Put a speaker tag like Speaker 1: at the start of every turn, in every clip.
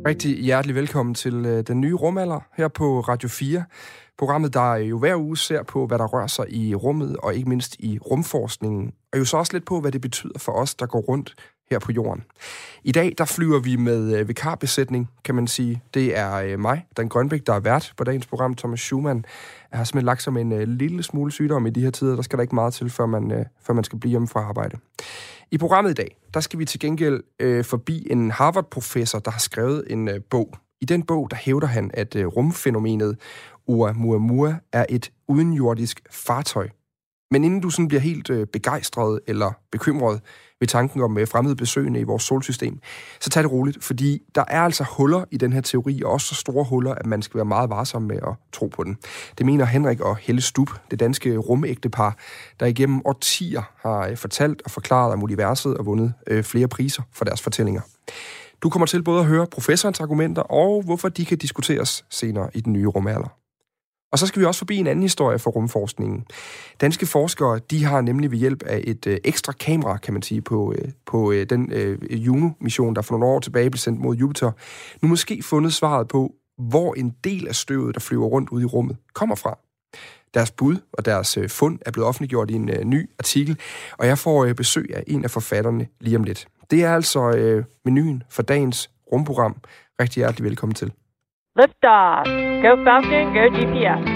Speaker 1: Rigtig hjertelig velkommen til den nye rumalder her på Radio 4. Programmet, der jo hver uge ser på, hvad der rører sig i rummet, og ikke mindst i rumforskningen. Og jo så også lidt på, hvad det betyder for os, der går rundt her på jorden. I dag, der flyver vi med vikarbesætning, kan man sige. Det er mig, Dan Grønbæk, der er vært på dagens program. Thomas Schumann har simpelthen lagt sig med en lille smule sygdom i de her tider. Der skal der ikke meget til, før man skal blive hjemme fra arbejde. I programmet i dag, der skal vi til gengæld forbi en Harvard-professor, der har skrevet en bog. I den bog, der hævder han, at rumfænomenet Oumuamua er et udenjordisk fartøj. Men inden du sådan bliver helt begejstret eller bekymret ved tanken om fremmede besøgende i vores solsystem, så tag det roligt, fordi der er altså huller i den her teori, og også så store huller, at man skal være meget varsom med at tro på den. Det mener Henrik og Helle Stub, det danske rumægtepar, der igennem årtier har fortalt og forklaret om universet og vundet flere priser for deres fortællinger. Du kommer til både at høre professorens argumenter og hvorfor de kan diskuteres senere i den nye rumalder. Og så skal vi også forbi en anden historie for rumforskningen. Danske forskere, de har nemlig ved hjælp af et ekstra kamera, kan man sige, på den Juno-mission, der for nogle år tilbage blev sendt mod Jupiter, nu måske fundet svaret på, hvor en del af støvet, der flyver rundt ude i rummet, kommer fra. Deres bud og deres fund er blevet offentliggjort i en ny artikel, og jeg får besøg af en af forfatterne lige om lidt. Det er altså menuen for dagens rumprogram. Rigtig hjertelig velkommen til.
Speaker 2: Liftoff. Go Falcon, go GPS.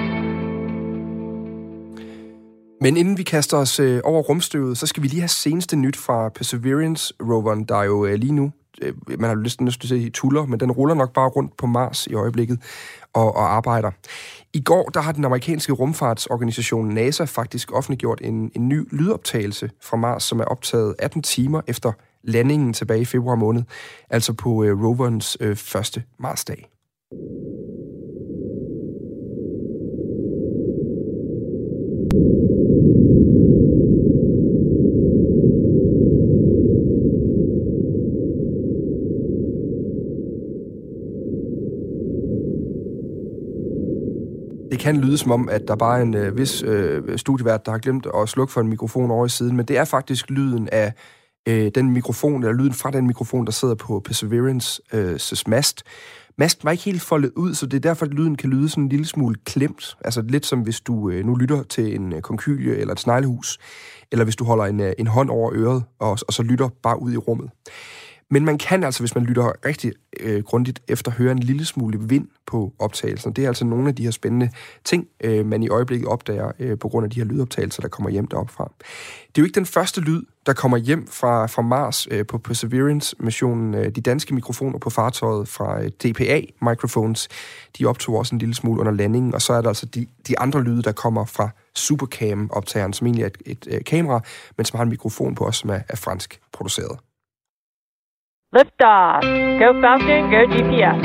Speaker 1: Men inden vi kaster os over rumstøvet, så skal vi lige have seneste nyt fra Perseverance-roveren, der jo lige nu, man har lyst til at se tuller, men den ruller nok bare rundt på Mars i øjeblikket og arbejder. I går, der har den amerikanske rumfartsorganisation NASA faktisk offentliggjort en ny lydoptagelse fra Mars, som er optaget 18 timer efter landingen tilbage i februar måned, altså på roverens første Mars-dag. Det kan lyde som om, at der bare er en vis studievært, der har glemt at slukke for en mikrofon over i siden, men det er faktisk lyden af den mikrofon, eller lyden fra den mikrofon, der sidder på Perseverance' mast. Masten var ikke helt foldet ud, så det er derfor, at lyden kan lyde sådan en lille smule klemt. Altså lidt som hvis du nu lytter til en konkylie eller et sneglehus, eller hvis du holder en hånd over øret, og så lytter bare ud i rummet. Men man kan altså, hvis man lytter rigtig grundigt efter, høre en lille smule vind på optagelsen. Det er altså nogle af de her spændende ting, man i øjeblikket opdager på grund af de her lydoptagelser, der kommer hjem deroppe fra. Det er jo ikke den første lyd, der kommer hjem fra Mars på Perseverance-missionen. De danske mikrofoner på fartøjet fra DPA Microphones, de optog også en lille smule under landingen, og så er der altså de andre lyde, der kommer fra Supercam-optageren, som egentlig er et kamera, men som har en mikrofon på også, som er fransk produceret.
Speaker 2: Liftoff. Go Falcon, go GPS.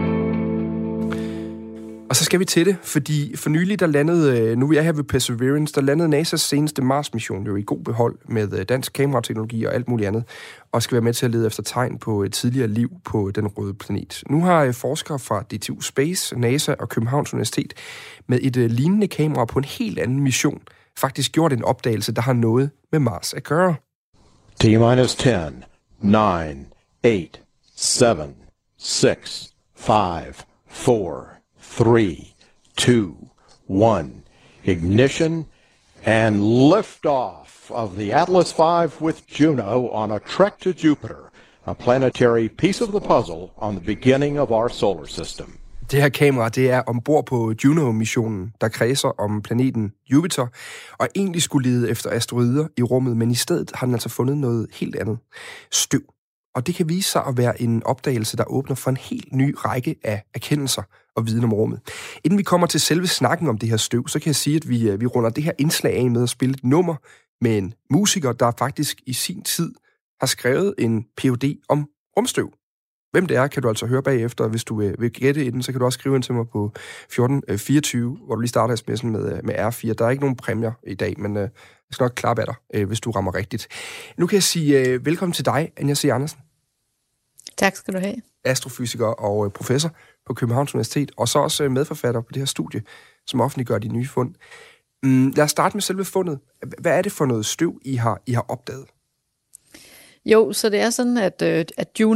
Speaker 1: Og så skal vi til det, fordi for nylig, der landede, nu er jeg her ved Perseverance, der landede NASA's seneste Mars-mission jo i god behold med dansk kamerateknologi og alt muligt andet, og skal være med til at lede efter tegn på et tidligere liv på den røde planet. Nu har forskere fra DTU Space, NASA og Københavns Universitet med et lignende kamera på en helt anden mission faktisk gjort en opdagelse, der har noget med Mars at gøre.
Speaker 3: T-minus 10, 9, 8, 7, 6, 5, 4, 3, 2, 1. Ignition and liftoff of the Atlas V with Juno on a trek to Jupiter, a planetary piece of the puzzle on the beginning of our solar system.
Speaker 1: Det her kamera, det er ombord på Juno-missionen, der kredser om planeten Jupiter, og egentlig skulle lede efter asteroider i rummet, men i stedet har den altså fundet noget helt andet. Støv. Og det kan vise sig at være en opdagelse, der åbner for en helt ny række af erkendelser og viden om rummet. Inden vi kommer til selve snakken om det her støv, så kan jeg sige, at vi runder det her indslag af med at spille et nummer med en musiker, der faktisk i sin tid har skrevet en Ph.D. om rumstøv. Hvem det er, kan du altså høre bagefter. Hvis du vil gætte inden, så kan du også skrive ind til mig på 1424, hvor du lige starter sms'en med R4. Der er ikke nogen præmier i dag, men jeg skal nok klappe af dig, hvis du rammer rigtigt. Nu kan jeg sige velkommen til dig, Anja C. Andersen.
Speaker 4: Tak skal du have.
Speaker 1: Astrofysiker og professor på Københavns Universitet, og så også medforfatter på det her studie, som offentliggør de nye fund. Lad os starte med selve fundet. Hvad er det for noget støv, I har opdaget?
Speaker 4: Jo, så det er sådan, at Juno,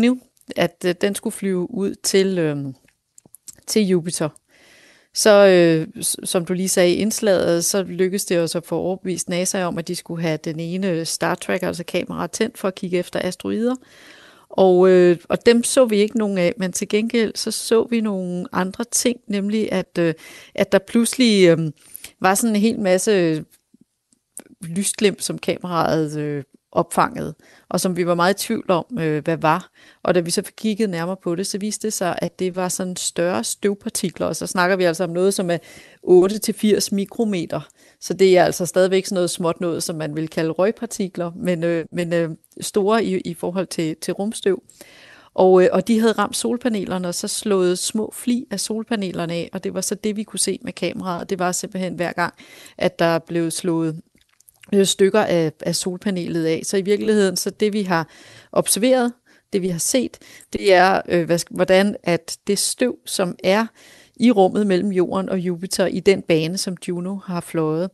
Speaker 4: at den skulle flyve ud til Jupiter. Så som du lige sagde i indslaget, så lykkedes det også at få overbevist NASA om, at de skulle have den ene Star Tracker, altså kamera, tændt for at kigge efter asteroider. Og dem så vi ikke nogen af, men til gengæld så vi nogle andre ting, nemlig at der pludselig var sådan en hel masse lysglimt, som kameraet opfangede, og som vi var meget i tvivl om, hvad var. Og da vi så fik kigget nærmere på det, så viste det sig, at det var sådan større støvpartikler, og så snakker vi altså om noget, som er 8-80 mikrometer. Så det er altså stadigvæk sådan noget småt noget, som man vil kalde røgpartikler, men store i forhold til rumstøv. Og de havde ramt solpanelerne, og så slået små fli af solpanelerne af, og det var så det, vi kunne se med kameraet. Det var simpelthen hver gang, at der blev slået stykker af solpanelet af. Så i virkeligheden, så det vi har observeret, det vi har set, det er, hvordan at det støv, som er i rummet mellem Jorden og Jupiter, i den bane, som Juno har fløjet,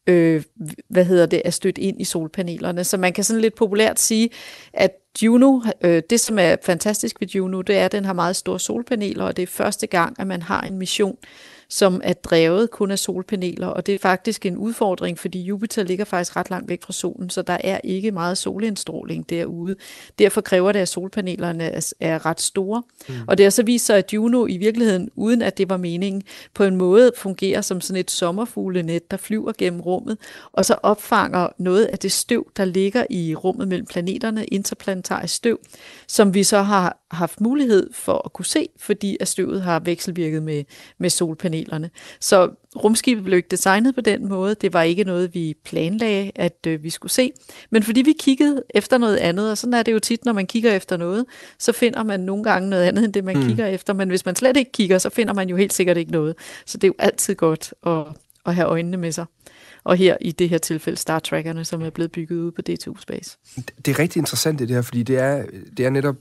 Speaker 4: er stødt ind i solpanelerne. Så man kan sådan lidt populært sige, at Juno, det som er fantastisk ved Juno, det er, at den har meget store solpaneler, og det er første gang, at man har en mission, som er drevet kun af solpaneler, og det er faktisk en udfordring, fordi Jupiter ligger faktisk ret langt væk fra solen, så der er ikke meget solindstråling derude. Derfor kræver det, at solpanelerne er ret store. Og det har så vist sig, at Juno i virkeligheden, uden at det var meningen, på en måde fungerer som sådan et sommerfuglenet, der flyver gennem rummet, og så opfanger noget af det støv, der ligger i rummet mellem planeterne, interplanetarisk støv, som vi så har haft mulighed for at kunne se, fordi at støvet har vekselvirket med solpanelerne. Så rumskibet blev ikke designet på den måde. Det var ikke noget, vi planlagde, at vi skulle se. Men fordi vi kiggede efter noget andet, og sådan er det jo tit, når man kigger efter noget, så finder man nogle gange noget andet, end det man kigger efter. Men hvis man slet ikke kigger, så finder man jo helt sikkert ikke noget. Så det er jo altid godt at have øjnene med sig. Og her i det her tilfælde Star Trackerne, som er blevet bygget ud på D2 Space. Det
Speaker 1: er rigtig interessant det her, fordi det er netop,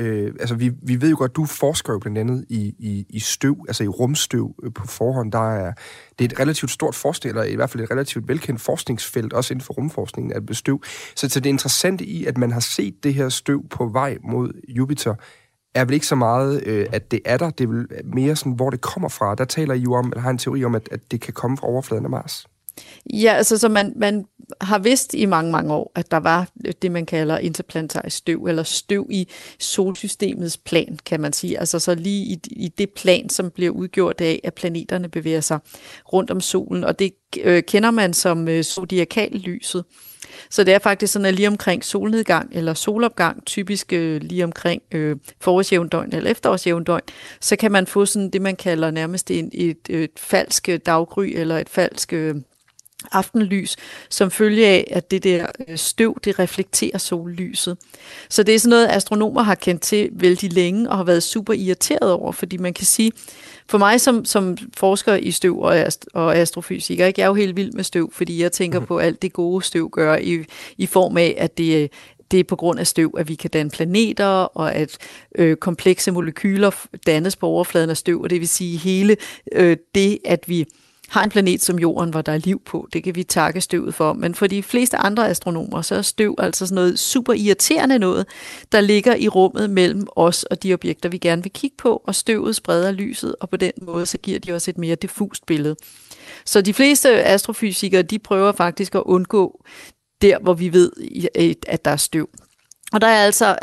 Speaker 1: vi ved jo godt, du forsker jo blandt andet i støv, altså i rumstøv på forhånd. Det er et relativt stort forskning, eller i hvert fald et relativt velkendt forskningsfelt, også inden for rumforskningen af støv. Så det interessante i, at man har set det her støv på vej mod Jupiter, er vel ikke så meget, at det er der. Det er vel mere sådan, hvor det kommer fra. Der taler I jo om, eller har en teori om, at det kan komme fra overfladen af Mars.
Speaker 4: Ja, altså så man har vidst i mange, mange år, at der var det, man kalder interplanetarisk støv, eller støv i solsystemets plan, kan man sige. Altså så lige i det plan, som bliver udgjort af, at planeterne bevæger sig rundt om solen, og det kender man som zodiakallyset. Så det er faktisk sådan, at lige omkring solnedgang eller solopgang, typisk lige omkring forårsjævndøgn eller efterårsjævndøgn, så kan man få sådan det, man kalder nærmest et falsk daggry eller et falsk aftenlys, som følge af, at det der støv, det reflekterer sollyset. Så det er sådan noget, astronomer har kendt til vældig længe og har været super irriteret over, fordi man kan sige, for mig som forsker i støv og astrofysiker, jeg er jo helt vild med støv, fordi jeg tænker på alt det gode støv gør i form af, at det er på grund af støv, at vi kan danne planeter, og at komplekse molekyler dannes på overfladen af støv, og det vil sige hele det, at vi har en planet som Jorden, hvor der er liv på. Det kan vi takke støvet for. Men for de fleste andre astronomer, så er støv altså sådan noget super irriterende noget, der ligger i rummet mellem os og de objekter, vi gerne vil kigge på, og støvet spreder lyset, og på den måde så giver de os et mere diffust billede. Så de fleste astrofysikere, de prøver faktisk at undgå der, hvor vi ved, at der er støv. Og der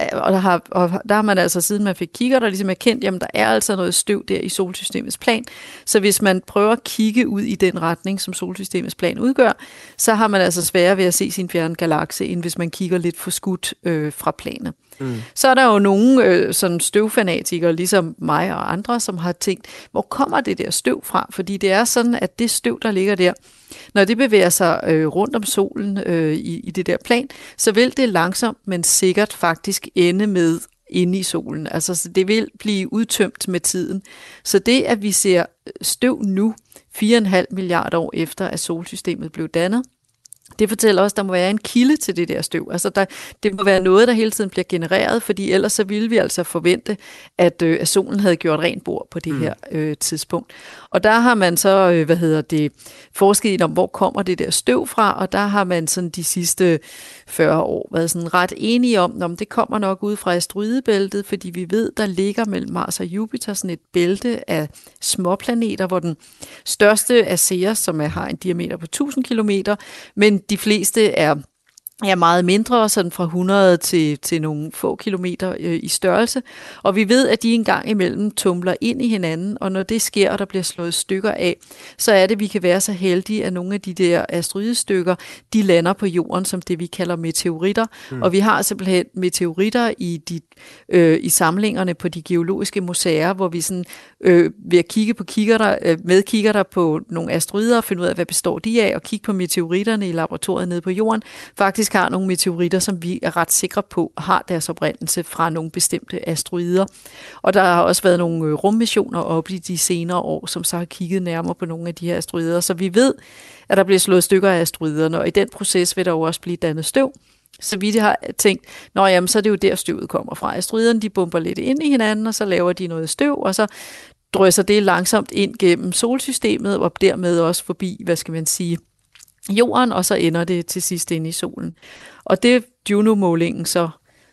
Speaker 4: har man altså, siden man fik kigger, der ligesom erkendt, jamen der er altså noget støv der i solsystemets plan. Så hvis man prøver at kigge ud i den retning, som solsystemets plan udgør, så har man altså sværere ved at se sin fjerne galakse, end hvis man kigger lidt forskudt fra planet. Så er der jo nogle sådan støvfanatikere, ligesom mig og andre, som har tænkt, hvor kommer det der støv fra? Fordi det er sådan, at det støv, der ligger der, når det bevæger sig rundt om solen i det der plan, så vil det langsomt, men sikkert faktisk ende med inde i solen. Altså så det vil blive udtømt med tiden. Så det, at vi ser støv nu, 4,5 milliarder år efter, at solsystemet blev dannet, Det fortæller også, at der må være en kilde til det der støv. Altså det må være noget, der hele tiden bliver genereret, fordi ellers så ville vi altså forvente, at solen havde gjort rent bord på det her tidspunkt. Og der har man så, forsket i, om hvor kommer det der støv fra, og der har man sådan de sidste 40 år været sådan ret enige om det kommer nok ud fra asteroidebæltet, fordi vi ved, der ligger mellem Mars og Jupiter sådan et bælte af småplaneter, hvor den største er Ceres, som har en diameter på 1000 kilometer, men de fleste er meget mindre, sådan fra 100 til nogle få kilometer i størrelse. Og vi ved, at de engang imellem tumler ind i hinanden, og når det sker, og der bliver slået stykker af, så er det, vi kan være så heldige, at nogle af de der asteroidestykker, de lander på jorden som det, vi kalder meteoritter. Og vi har simpelthen meteoritter i samlingerne på de geologiske museer, hvor vi sådan, ved at kigge på kigger på nogle asteroider og finde ud af, hvad består de af, og kigge på meteoritterne i laboratoriet nede på jorden, faktisk har nogle meteoritter, som vi er ret sikre på, har deres oprindelse fra nogle bestemte asteroider. Og der har også været nogle rummissioner oppe i de senere år, som så har kigget nærmere på nogle af de her asteroider. Så vi ved, at der bliver slået stykker af asteroiderne, og i den proces vil der jo også blive dannet støv. Så vi har tænkt, så er det jo der støvet kommer fra. Asteroiderne, de bomber lidt ind i hinanden, og så laver de noget støv, og så drysser det langsomt ind gennem solsystemet, og dermed også forbi, jorden, og så ender det til sidst inde i solen. Og det Juno-målingen så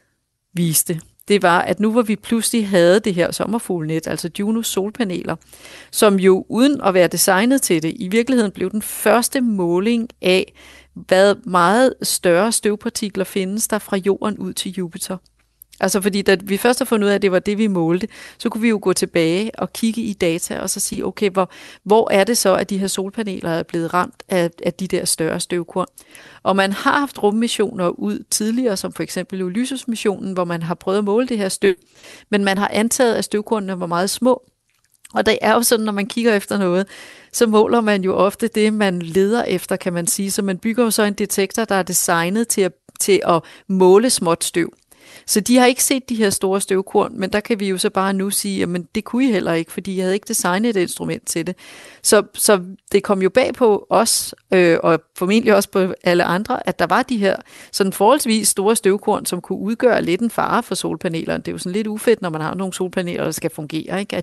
Speaker 4: viste, det var, at nu hvor vi pludselig havde det her sommerfuglenet, altså Junos solpaneler, som jo uden at være designet til det, i virkeligheden blev den første måling af, hvad meget større støvpartikler findes der fra jorden ud til Jupiter. Altså fordi da vi først har fundet ud af, at det var det, vi målte, så kunne vi jo gå tilbage og kigge i data og så sige, okay, hvor er det så, at de her solpaneler er blevet ramt af de der større støvkorn? Og man har haft rummissioner ud tidligere, som for eksempel Ulysses-missionen, hvor man har prøvet at måle det her støv, men man har antaget, at støvkornene var meget små. Og det er jo sådan, når man kigger efter noget, så måler man jo ofte det, man leder efter, kan man sige. Så man bygger jo så en detektor, der er designet til at måle småt støv. Så de har ikke set de her store støvkorn, men der kan vi jo så bare nu sige, at det kunne I heller ikke, fordi jeg havde ikke designet et instrument til det. Så det kom jo bag på os, og formentlig også på alle andre, at der var de her sådan forholdsvis store støvkorn, som kunne udgøre lidt en fare for solpanelerne. Det er jo sådan lidt ufedt, når man har nogle solpaneler, der skal fungere, ikke?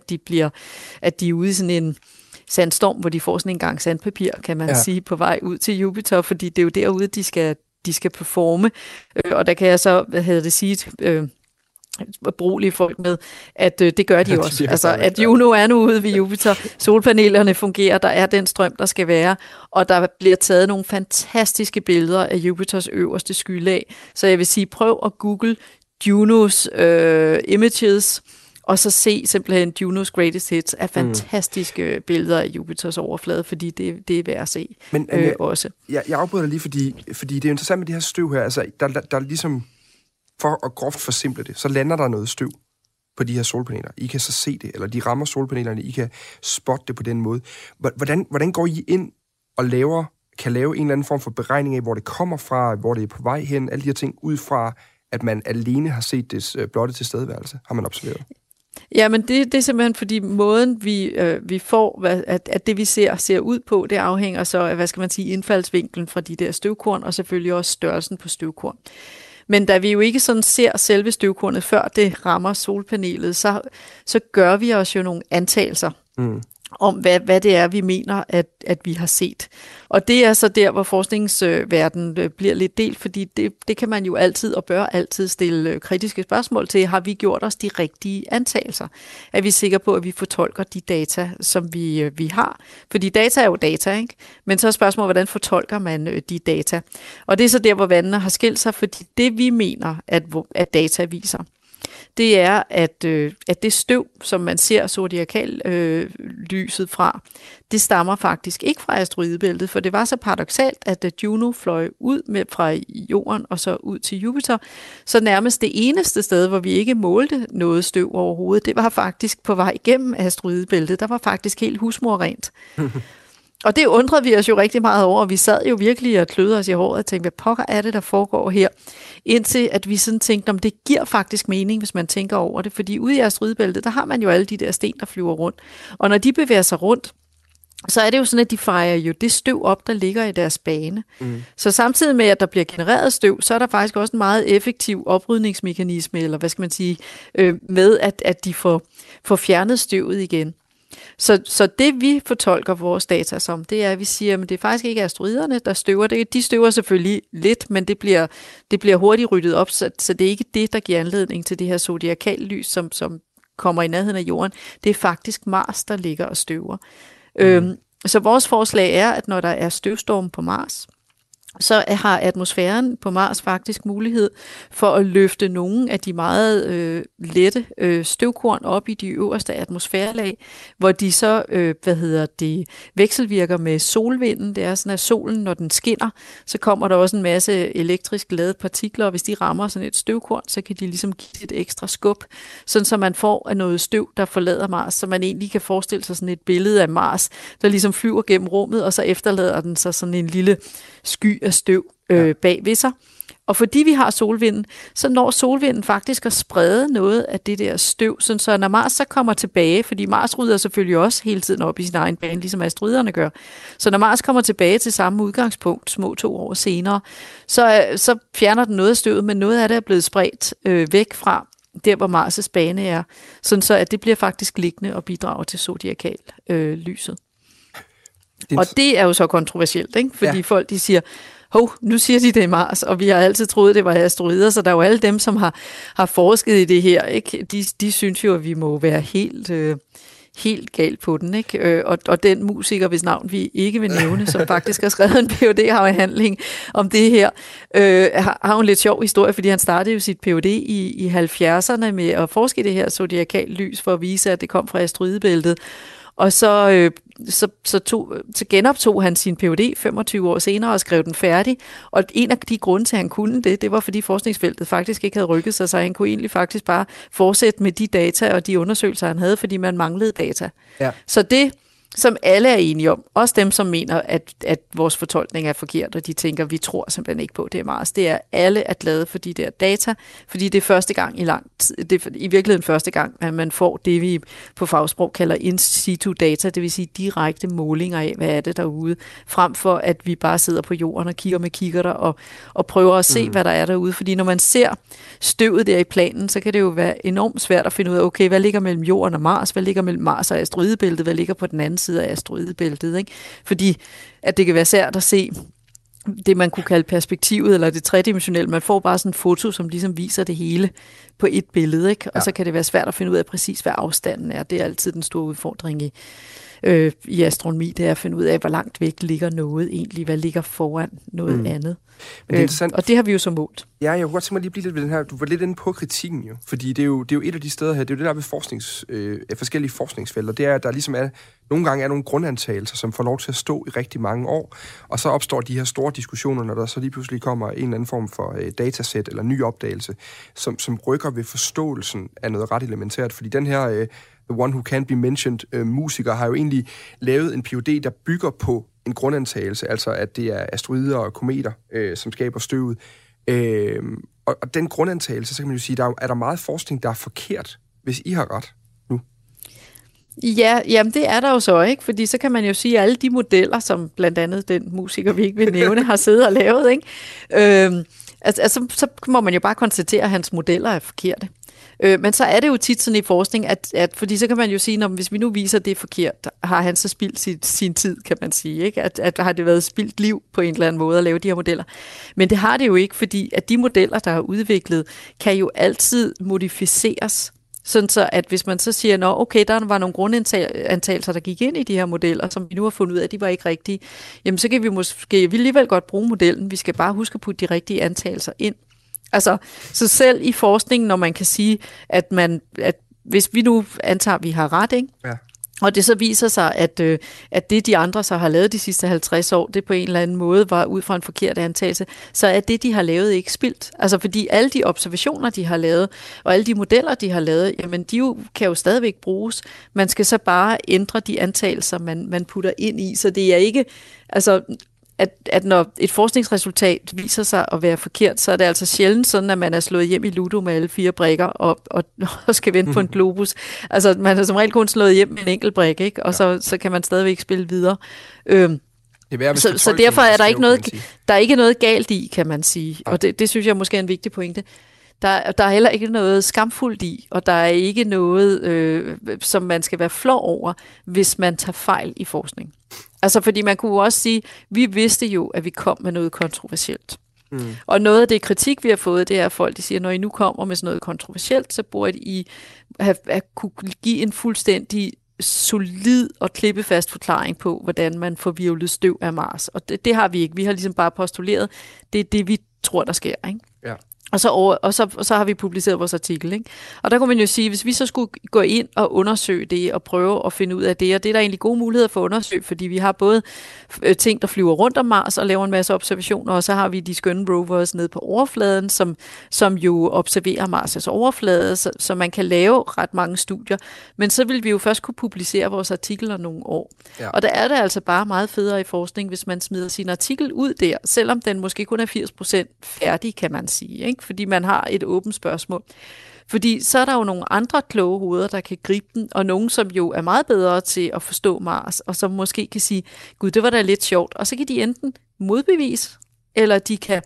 Speaker 4: At de er ude i sådan en sandstorm, hvor de får sådan en gang sandpapir, kan man sige, på vej ud til Jupiter, fordi det er jo derude, de skal performe, og der kan jeg så, brugelige folk med, at det gør de jo også. Altså, at Juno er nu ude ved Jupiter, solpanelerne fungerer, der er den strøm, der skal være, og der bliver taget nogle fantastiske billeder af Jupiters øverste skylag. Så jeg vil sige, prøv at google Junos images, og så se simpelthen Junos Greatest Hits af fantastiske billeder af Jupiters overflade, fordi det er værd at se. Men også.
Speaker 1: Jeg afbryder dig lige, fordi det er interessant med det her støv her. Altså, der ligesom, for at groft forsimple det, så lander der noget støv på de her solpaneler. I kan så se det, eller de rammer solpanelerne, I kan spotte det på den måde. Hvordan går I ind og kan lave en eller anden form for beregning af, hvor det kommer fra, hvor det er på vej hen, alle de her ting, ud fra, at man alene har set dets blotte tilstedeværelse, har man observeret?
Speaker 4: Ja, men det er simpelthen fordi måden, vi får, at det vi ser ud på, det afhænger så af, indfaldsvinklen fra de der støvkorn, og selvfølgelig også størrelsen på støvkorn. Men da vi jo ikke sådan ser selve støvkornet, før det rammer solpanelet, så gør vi os jo nogle antagelser om, hvad det er, vi mener, at vi har set. Og det er så der, hvor forskningsverdenen bliver lidt delt, fordi det kan man jo altid og bør altid stille kritiske spørgsmål til. Har vi gjort os de rigtige antagelser? Er vi sikre på, at vi fortolker de data, som vi har? Fordi data er jo data, ikke? Men så er spørgsmålet, hvordan fortolker man de data? Og det er så der, hvor vandene har skilt sig, fordi det vi mener, at data viser, det er, at det støv, som man ser zodiakallyset fra, det stammer faktisk ikke fra asteroidebæltet, for det var så paradoksalt, at da Juno fløj ud fra jorden og så ud til Jupiter, så nærmest det eneste sted, hvor vi ikke målte noget støv overhovedet, det var faktisk på vej igennem asteroidebæltet. Der var faktisk helt husmorrent. Og det undrede vi os jo rigtig meget over, og vi sad jo virkelig og klødede os i håret og tænkte, hvad pokker er det, der foregår her? Indtil at vi sådan tænkte, om det giver faktisk mening, hvis man tænker over det, fordi ude i asteroidebæltet, der har man jo alle de der sten, der flyver rundt. Og når de bevæger sig rundt, så er det jo sådan, at de fejrer jo det støv op, der ligger i deres bane. Så samtidig med, at der bliver genereret støv, så er der faktisk også en meget effektiv oprydningsmekanisme, eller hvad skal man sige, med at de får fjernet støvet igen. Så det vi fortolker vores data som, det er, at vi siger, at det er faktisk ikke asteroiderne, der støver det. De støver selvfølgelig lidt, men det bliver hurtigt ryddet op, så det er ikke det, der giver anledning til det her zodiakallys, som kommer i nærheden af jorden. Det er faktisk Mars, der ligger og støver. Så vores forslag er, at når der er støvstorm på Mars, så har atmosfæren på Mars faktisk mulighed for at løfte nogle af de meget lette støvkorn op i de øverste atmosfærelag, hvor de så vekselvirker med solvinden. Det er sådan, at solen, når den skinner, så kommer der også en masse elektrisk ladede partikler, og hvis de rammer sådan et støvkorn, så kan de ligesom give et ekstra skub, sådan så man får af noget støv, der forlader Mars, så man egentlig kan forestille sig sådan et billede af Mars, der ligesom flyver gennem rummet, og så efterlader den så sådan en lille sky af støv bag ved sig. Og fordi vi har solvinden, så når solvinden faktisk at sprede noget af det der støv, sådan så når Mars så kommer tilbage, fordi Mars rydder selvfølgelig også hele tiden op i sin egen bane, ligesom asteroiderne gør. Så når Mars kommer tilbage til samme udgangspunkt, små 2 år senere, så fjerner den noget af støvet, men noget af det er blevet spredt væk fra der, hvor Mars' bane er, sådan så at det bliver faktisk liggende og bidrager til zodiakallyset. Og det er jo så kontroversielt, ikke? Fordi folk de siger, nu siger de, det er Mars, og vi har altid troet, det var asteroider, så der er jo alle dem, som har forsket i det her, ikke? De synes jo, at vi må være helt galt på den, ikke? Og den musiker, hvis navn vi ikke vil nævne, som faktisk har skrevet en Ph.D.-afhandling om det her, har jo en lidt sjov historie, fordi han startede jo sit Ph.D. i 70'erne med at forske i det her zodiakallys for at vise, at det kom fra asteroidebæltet. Og så genoptog han sin Ph.D. 25 år senere og skrev den færdig. Og en af de grunde til, at han kunne det var, fordi forskningsfeltet faktisk ikke havde rykket sig, så han kunne egentlig faktisk bare fortsætte med de data og de undersøgelser, han havde, fordi man manglede data. Ja. Så det, som alle er enige om, også dem, som mener, at vores fortolkning er forkert, og de tænker, vi tror simpelthen ikke på, det er Mars, det er, alle er glade for de der data, fordi det er første gang i lang tid, det er i virkeligheden første gang, at man får det, vi på fagsprog kalder in situ data, det vil sige direkte målinger af, hvad er det derude, frem for at vi bare sidder på jorden og kigger med kikkerter og prøver at se, hvad der er derude, fordi når man ser støvet der i planen, så kan det jo være enormt svært at finde ud af, okay, hvad ligger mellem jorden og Mars, hvad ligger mellem Mars og asteroidebæltet, hvad ligger på den anden side af asteroidebæltet, ikke? Fordi at det kan være svært at se det, man kunne kalde perspektivet, eller det tredimensionelle. Man får bare sådan en foto, som ligesom viser det hele på et billede, ikke? Og så kan det være svært at finde ud af præcis, hvad afstanden er. Det er altid den store udfordring i astronomi, det er at finde ud af, hvor langt væk ligger noget egentlig, hvad ligger foran noget andet. Og det har vi jo så målt.
Speaker 1: Ja, jeg kunne godt tænke mig lige blive lidt ved den her. Du var lidt inde på kritikken jo, fordi det er jo et af de steder her, det er jo det der ved forskellige forskningsfelter, det er, at der ligesom nogle gange er nogle grundantagelser, som får lov til at stå i rigtig mange år, og så opstår de her store diskussioner, når der så lige pludselig kommer en eller anden form for datasæt eller ny opdagelse, som rykker ved forståelsen af noget ret elementært, fordi den her The One Who Can't Be Mentioned musiker har jo egentlig lavet en Ph.D., der bygger på en grundantagelse, altså at det er asteroider og kometer, som skaber støvet. Og den grundantagelse, så kan man jo sige, er der meget forskning, der er forkert, hvis I har ret nu?
Speaker 4: Ja, jamen det er der jo så, ikke? Fordi så kan man jo sige, at alle de modeller, som blandt andet den musiker, vi ikke vil nævne, har siddet og lavet, ikke? Så må man jo bare konstatere, at hans modeller er forkerte. Men så er det jo tit sådan i forskning, at fordi så kan man jo sige, at hvis vi nu viser, at det er forkert, har han så spildt sin tid, kan man sige, ikke? At har det været spildt liv på en eller anden måde at lave de her modeller. Men det har det jo ikke, fordi at de modeller, der er udviklet, kan jo altid modificeres. Sådan så, at hvis man så siger, nå okay, der var nogle grundantagelser, der gik ind i de her modeller, som vi nu har fundet ud af, at de var ikke rigtige, jamen så kan vi måske alligevel godt bruge modellen. Vi skal bare huske at putte de rigtige antagelser ind. Altså, så selv i forskningen, når man kan sige, at hvis vi nu antager, at vi har ret, ikke? Ja. Og det så viser sig, at det, de andre så har lavet de sidste 50 år, det på en eller anden måde var ud fra en forkert antagelse, så er det, de har lavet, ikke spildt. Altså, fordi alle de observationer, de har lavet, og alle de modeller, de har lavet, jamen, kan jo stadigvæk bruges. Man skal så bare ændre de antagelser, man putter ind i. Så det er ikke, altså, at når et forskningsresultat viser sig at være forkert, så er det altså sjældent sådan, at man er slået hjem i Ludo med alle 4 brikker og skal vente på en globus. Altså, man har som regel kun slået hjem med en enkelt brik, ikke? Og så kan man stadigvæk spille videre. Så derfor er der ikke noget galt i, kan man sige. Og det synes jeg måske er en vigtig pointe. Der er heller ikke noget skamfuldt i, og der er ikke noget, som man skal være flov over, hvis man tager fejl i forskning. Altså, fordi man kunne også sige, vi vidste jo, at vi kom med noget kontroversielt. Og noget af det kritik, vi har fået, det er, at folk de siger, når I nu kommer med sådan noget kontroversielt, så burde I have kunne give en fuldstændig solid og klippefast forklaring på, hvordan man får hvirvlet støv af Mars. Og det har vi ikke. Vi har ligesom bare postuleret, det er det, vi tror, der sker, ikke? Ja. Og så har vi publiceret vores artikel, ikke? Og der kunne man jo sige, hvis vi så skulle gå ind og undersøge det og prøve at finde ud af det, og det er der egentlig gode muligheder for at undersøge, fordi vi har både ting, der flyver rundt om Mars og laver en masse observationer, og så har vi de skønne rovers nede på overfladen, som jo observerer Mars' overflade, så man kan lave ret mange studier. Men så vil vi jo først kunne publicere vores artikler nogle år. Ja. Og der er det altså bare meget federe i forskning, hvis man smider sin artikel ud der, selvom den måske kun er 80% færdig, kan man sige, ikke? Fordi man har et åbent spørgsmål. Fordi så er der jo nogle andre kloge hoveder, der kan gribe den, og nogen, som jo er meget bedre til at forstå Mars, og som måske kan sige, gud, det var da lidt sjovt. Og så kan de enten modbevise, eller de kan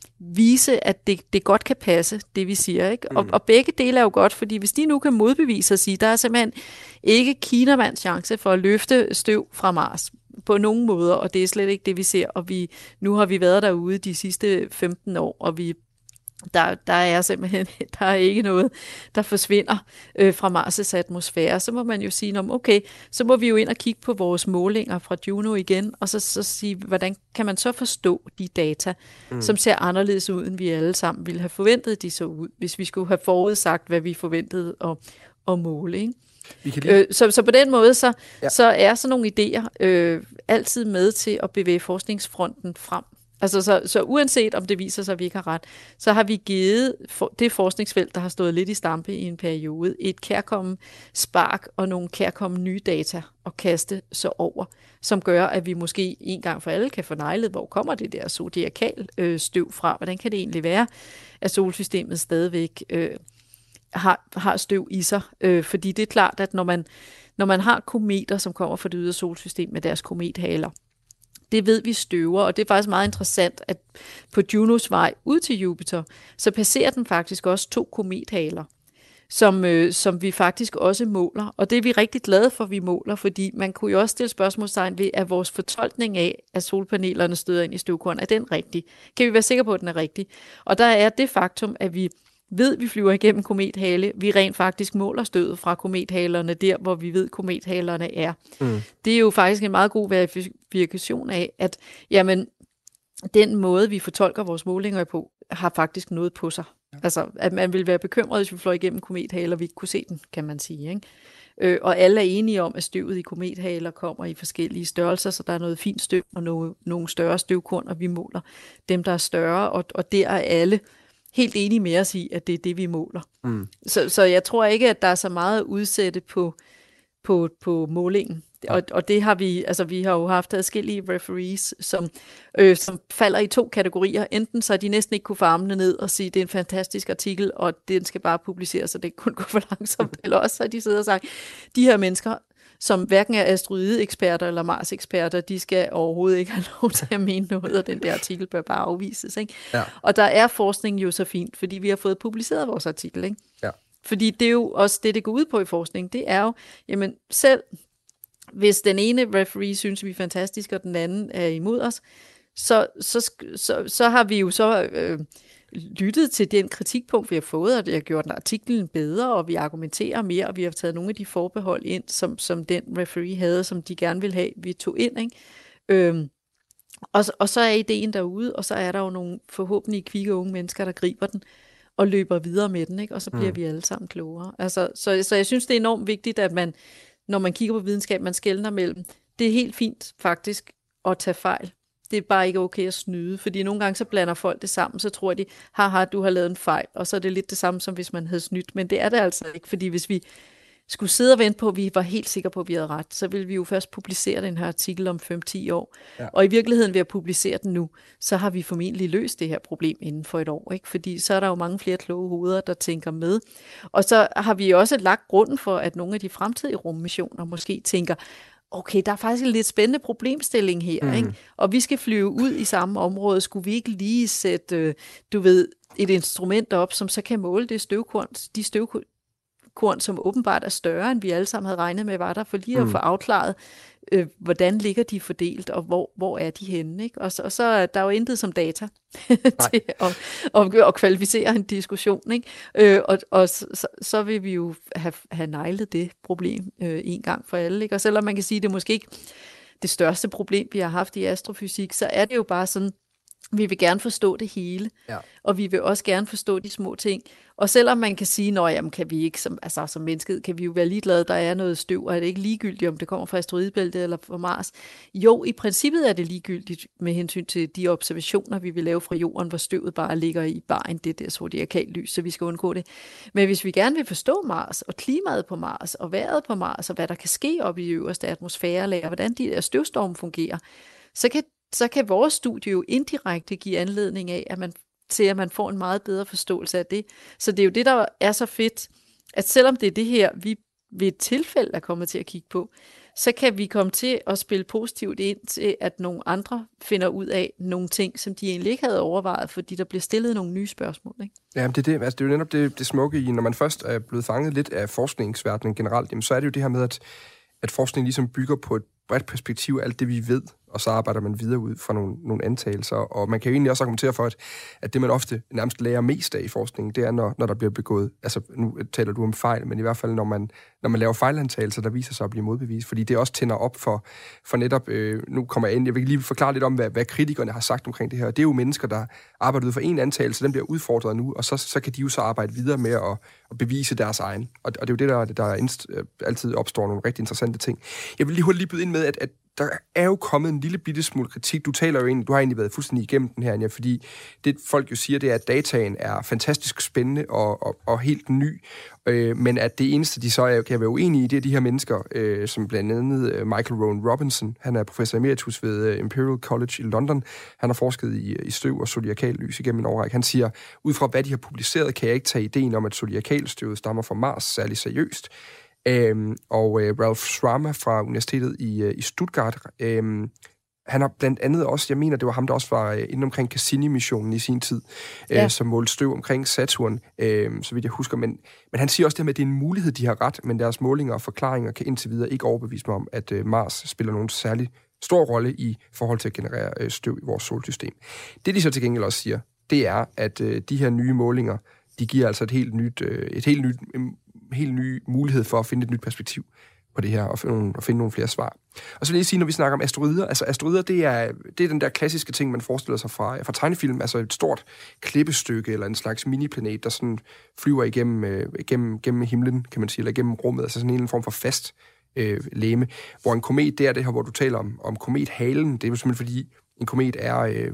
Speaker 4: vise, at det godt kan passe, det vi siger, ikke? Og begge dele er jo godt, fordi hvis de nu kan modbevise og sige, der er simpelthen ikke kinamands chance for at løfte støv fra Mars på nogen måder, og det er slet ikke det, vi ser, og nu har vi været derude de sidste 15 år, og der er simpelthen der er ikke noget, der forsvinder fra Mars' atmosfære. Så må man jo sige, okay, så må vi jo ind og kigge på vores målinger fra Juno igen, og så sige, hvordan kan man så forstå de data, som ser anderledes ud, end vi alle sammen ville have forventet, de så ud, hvis vi skulle have forudsagt, hvad vi forventede at måle, ikke? Så på den måde, så er sådan nogle idéer altid med til at bevæge forskningsfronten frem. Altså, så uanset om det viser sig, at vi ikke har ret, så har vi givet det forskningsfelt, der har stået lidt i stampe i en periode, et kærkommen spark og nogle kærkommen nye data at kaste så over, som gør, at vi måske en gang for alle kan få neglet, hvor kommer det der zodiakal støv fra? Hvordan kan det egentlig være, at solsystemet stadigvæk har støv i sig? Fordi det er klart, at når man har kometer, som kommer fra det ydre solsystem med deres komethaler, det ved vi støver, og det er faktisk meget interessant, at på Junos vej ud til Jupiter, så passerer den faktisk også 2 komethaler, som vi faktisk også måler. Og det er vi rigtig glade for, at vi måler, fordi man kunne jo også stille spørgsmålstegn ved, at vores fortolkning af, at solpanelerne støder ind i støvkorn, er den rigtig? Kan vi være sikre på, at den er rigtig? Og der er det faktum, at vi flyver igennem komethale. Vi rent faktisk måler stødet fra komethalerne der, hvor vi ved, komethalerne er. Det er jo faktisk en meget god verifikation af, at jamen, den måde, vi fortolker vores målinger på, har faktisk noget på sig. Altså, at man vil være bekymret, hvis vi fløj igennem komethaler, vi ikke kunne se den, kan man sige, ikke? Og alle er enige om, at støvet i komethaler kommer i forskellige størrelser, så der er noget fint støv og nogle større støvkorn, og vi måler dem, der er større, og der er alle helt enige med os i, at det er det, vi måler. Så jeg tror ikke, at der er så meget at udsætte på målingen. Og det har vi har jo haft adskillige referees, som falder i 2 kategorier. Enten så de næsten ikke kunne få armene ned og sige, det er en fantastisk artikel, og den skal bare publiceres, så det kun går for langsomt. Eller også så de sidder og sagt, de her mennesker, som hverken er asteroide-eksperter eller Mars-eksperter, de skal overhovedet ikke have lov til at mene noget, og den der artikel bør bare afvises, ikke? Ja. Og der er forskning jo så fint, fordi vi har fået publiceret vores artikel, ikke? Ja. Fordi det er jo også det går ud på i forskning, det er jo, jamen selv hvis den ene referee synes, vi er fantastiske, og den anden er imod os, så har vi jo så lyttet til den kritikpunkt, vi har fået, og det har gjort artiklen bedre, og vi argumenterer mere, og vi har taget nogle af de forbehold ind, som den referee havde, som de gerne ville have, vi tog ind, ikke? Og så er ideen derude, og så er der jo nogle forhåbentlig kvikke unge mennesker, der griber den, og løber videre med den, ikke? Og så bliver vi alle sammen klogere. Altså, så jeg synes, det er enormt vigtigt, at man, når man kigger på videnskab, man skelner mellem. Det er helt fint faktisk at tage fejl. Det er bare ikke okay at snyde, fordi nogle gange så blander folk det sammen, så tror de, haha, du har lavet en fejl, og så er det lidt det samme, som hvis man havde snydt, men det er det altså ikke, fordi hvis vi skulle sidde og vente på, at vi var helt sikre på, at vi havde ret, så ville vi jo først publicere den her artikel om 5-10 år. Ja. Og i virkeligheden ved at publicere den nu, så har vi formentlig løst det her problem inden for et år. Ikke? Fordi så er der jo mange flere kloge hoveder, der tænker med. Og så har vi også lagt grunden for, at nogle af de fremtidige rummissioner måske tænker, okay, der er faktisk en lidt spændende problemstilling her, ikke? Og vi skal flyve ud i samme område. Skulle vi ikke lige sætte, et instrument op, som så kan måle det støvkorn, som åbenbart er større, end vi alle sammen havde regnet med, var der, for lige at få afklaret, hvordan ligger de fordelt, og hvor er de henne, ikke? Og så er der jo intet som data til at kvalificere en diskussion, ikke? Og så vil vi jo have neglet det problem en gang for alle, ikke? Og selvom man kan sige, at det er måske ikke det største problem, vi har haft i astrofysik, så er det jo bare sådan, vi vil gerne forstå det hele, og vi vil også gerne forstå de små ting. Og selvom man kan sige, jamen kan vi ikke, som mennesket, kan vi jo være ligeglade, der er noget støv, og er det ikke ligegyldigt, om det kommer fra asteroidebæltet eller fra Mars? Jo, i princippet er det ligegyldigt med hensyn til de observationer, vi vil lave fra jorden, hvor støvet bare ligger i bare det der zodiakallys, så vi skal undgå det. Men hvis vi gerne vil forstå Mars, og klimaet på Mars, og vejret på Mars, og hvad der kan ske oppe i øverste atmosfærelag, og hvordan de der støvstorme fungerer, så kan vores studie jo indirekte give anledning af, at man får en meget bedre forståelse af det. Så det er jo det, der er så fedt, at selvom det er det her, vi ved et tilfælde er kommet til at kigge på, så kan vi komme til at spille positivt ind til, at nogle andre finder ud af nogle ting, som de egentlig ikke havde overvejet, fordi der bliver stillet nogle nye spørgsmål. Ikke?
Speaker 1: Ja, det er det. Altså, det er jo netop det smukke i, når man først er blevet fanget lidt af forskningsverdenen generelt, jamen, så er det jo det her med, at forskning ligesom bygger på et bredt perspektiv af alt det, vi ved, og så arbejder man videre ud fra nogle antagelser. Og man kan jo egentlig også argumentere for, at det, man ofte nærmest lærer mest af i forskningen, det er, når der bliver begået, altså nu taler du om fejl, men i hvert fald, når man laver fejlantagelser, der viser sig at blive modbevist, fordi det også tænder op for netop, nu kommer jeg ind, jeg vil lige forklare lidt om, hvad kritikerne har sagt omkring det her. Det er jo mennesker, der arbejder ud for en antagelse, den bliver udfordret nu, og så kan de jo så arbejde videre med at bevise deres egen. Og det er jo det, der altid opstår nogle rigtig interessante ting. Jeg vil lige byde ind med, at der er jo kommet en lille bitte smule kritik. Du har egentlig været fuldstændig igennem den her, Anja, fordi det folk jo siger, det er, at dataen er fantastisk spændende og helt ny, men at det eneste, de så kan være uenige i, det er de her mennesker, som blandt andet Michael Rowan Robinson, han er professor emeritus ved Imperial College i London, han har forsket i støv og zodiakallys igennem en årrække. Han siger, ud fra hvad de har publiceret, kan jeg ikke tage ideen om, at zodiakalstøvet stammer fra Mars særlig seriøst. Og Ralph Schrammer fra Universitetet i Stuttgart, han har blandt andet også, jeg mener, det var ham, der også var inde omkring Cassini-missionen i sin tid, som målte støv omkring Saturn, så vidt jeg husker. Men han siger også det med, at det er en mulighed, de har ret, men deres målinger og forklaringer kan indtil videre ikke overbevise mig om, at Mars spiller nogen særlig stor rolle i forhold til at generere støv i vores solsystem. Det, de så til gengæld også siger, det er, at de her nye målinger, de giver altså et helt ny mulighed for at finde et nyt perspektiv på det her, og finde nogle flere svar. Og så vil jeg sige, når vi snakker om asteroider, altså asteroider, det er den der klassiske ting, man forestiller sig fra tegnefilm, altså et stort klippestykke, eller en slags miniplanet, der sådan flyver igennem himlen, kan man sige, eller igennem rummet, altså sådan en eller anden form for fast legeme, hvor en komet, det er det her, hvor du taler om komethalen, det er jo simpelthen fordi, en komet er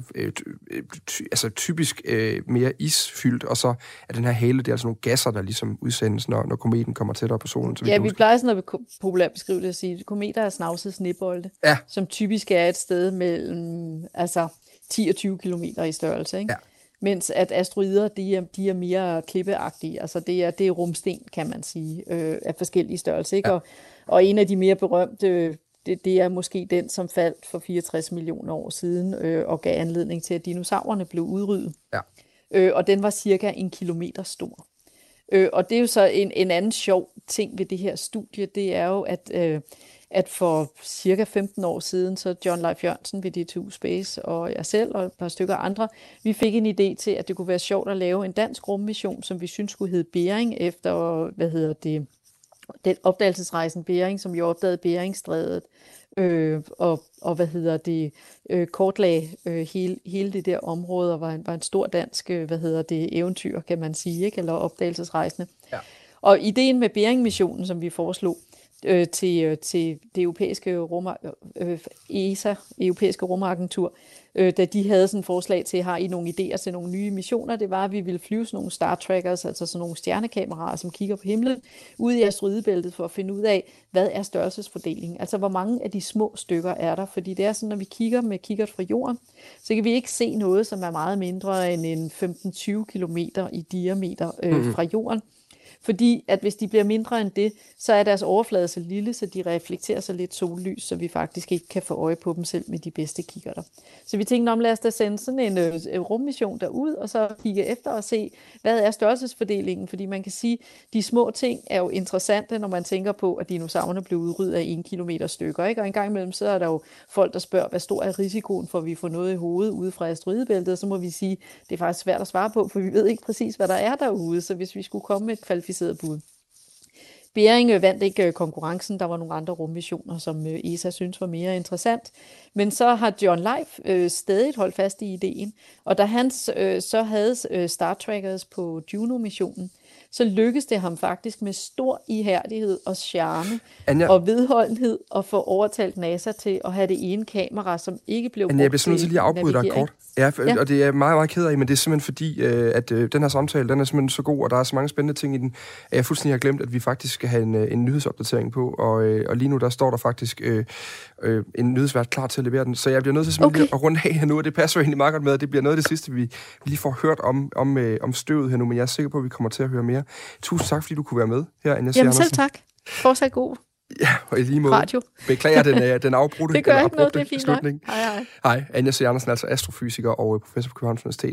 Speaker 1: typisk mere isfyldt, og så er den her hale, det er altså nogle gasser, der ligesom udsendes, når kometen kommer tættere på solen.
Speaker 4: Ja, vi plejer sådan at populært beskrive det at sige, at kometer er snavsede snebolde, som typisk er et sted mellem 10 og 20 kilometer i størrelse, ikke? Ja. Mens at asteroider, de er mere klippeagtige, altså det er rumsten, kan man sige, af forskellige størrelser, ikke? Ja. Og en af de mere berømte, det er måske den, som faldt for 64 millioner år siden og gav anledning til, at dinosaurerne blev udryddet. Ja. Og den var cirka 1 kilometer stor. Og det er jo så en anden sjov ting ved det her studie, det er jo, at for cirka 15 år siden, så John Leif Jørgensen ved DTU Space og jeg selv og et par stykker andre, vi fik en idé til, at det kunne være sjovt at lave en dansk rummission, som vi synes skulle hedde Bering efter, den opdagelsesrejsen Bering, som jo opdagede Beringstrædet, kortlagde hele det der område, og var en stor dansk, eventyr, kan man sige, ikke? Eller opdagelsesrejsende. Ja. Og ideen med Bering-missionen, som vi foreslog, til det europæiske ESA, europæiske rumagentur, da de havde sådan et forslag til, har I nogle idéer til nogle nye missioner, det var, at vi ville flyve sådan nogle Star Trackers, altså sådan nogle stjernekameraer, som kigger på himlen, ude i asteroidebæltet for at finde ud af, hvad er størrelsesfordelingen, altså hvor mange af de små stykker er der, fordi det er sådan, når vi kigger med kikkert fra jorden, så kan vi ikke se noget, som er meget mindre end en 15-20 kilometer i diameter fra jorden. Fordi at hvis de bliver mindre end det, så er deres overflade så lille, så de reflekterer så lidt sollys, så vi faktisk ikke kan få øje på dem selv med de bedste kikkerter. Så vi tænkte, lad os da sende sådan en rummission derud, og så kigge efter og se, hvad er størrelsesfordelingen, fordi man kan sige, de små ting er jo interessante, når man tænker på, at dinosaurerne blev udryddet af 1 kilometer stykker, ikke? Og en gang imellem, så er der jo folk, der spørger, hvad stor er risikoen for, at vi får noget i hovedet ude fra asteroidebæltet, så må vi sige, det er faktisk svært at svare på, for vi ved ikke præcis, hvad der er derude, så hvis vi skulle komme med et kvalificeret bud. Bering vandt ikke konkurrencen, der var nogle andre rummissioner, som ESA synes var mere interessant, men så har John Life stadig holdt fast i ideen, og da han så havde Star Trackers på Juno-missionen, så lykkedes det ham faktisk med stor ihærdighed og charme og vedholdenhed at få overtalt NASA til at have det ene kamera, som ikke blev brugt til navigering. Jeg bliver simpelthen
Speaker 1: lige at afbryde dig kort. Ja, og det er meget, meget ked af, men det er simpelthen fordi, at den her samtale, den er simpelthen så god, og der er så mange spændende ting i den, at jeg fuldstændig har glemt, at vi faktisk skal have en nyhedsopdatering på, og lige nu der står der faktisk en nyhedsvært klar til at levere den, så jeg bliver nødt til simpelthen at runde af her nu, og det passer jo egentlig meget godt med, at det bliver noget af det sidste, vi lige får hørt om støvet her nu, men jeg er sikker på, at vi kommer til at høre mere. Tusind tak, fordi du kunne være med her, Anja C.
Speaker 4: Jamen selv tak. Fortsat god.
Speaker 1: Ja, og i lige måde.
Speaker 4: Radio.
Speaker 1: Beklager den afbrudte
Speaker 4: det gør ikke noget, det er fint slutning.
Speaker 1: Hej. Hej, Anja C. Andersen, altså astrofysiker og professor på Københavns Universitet.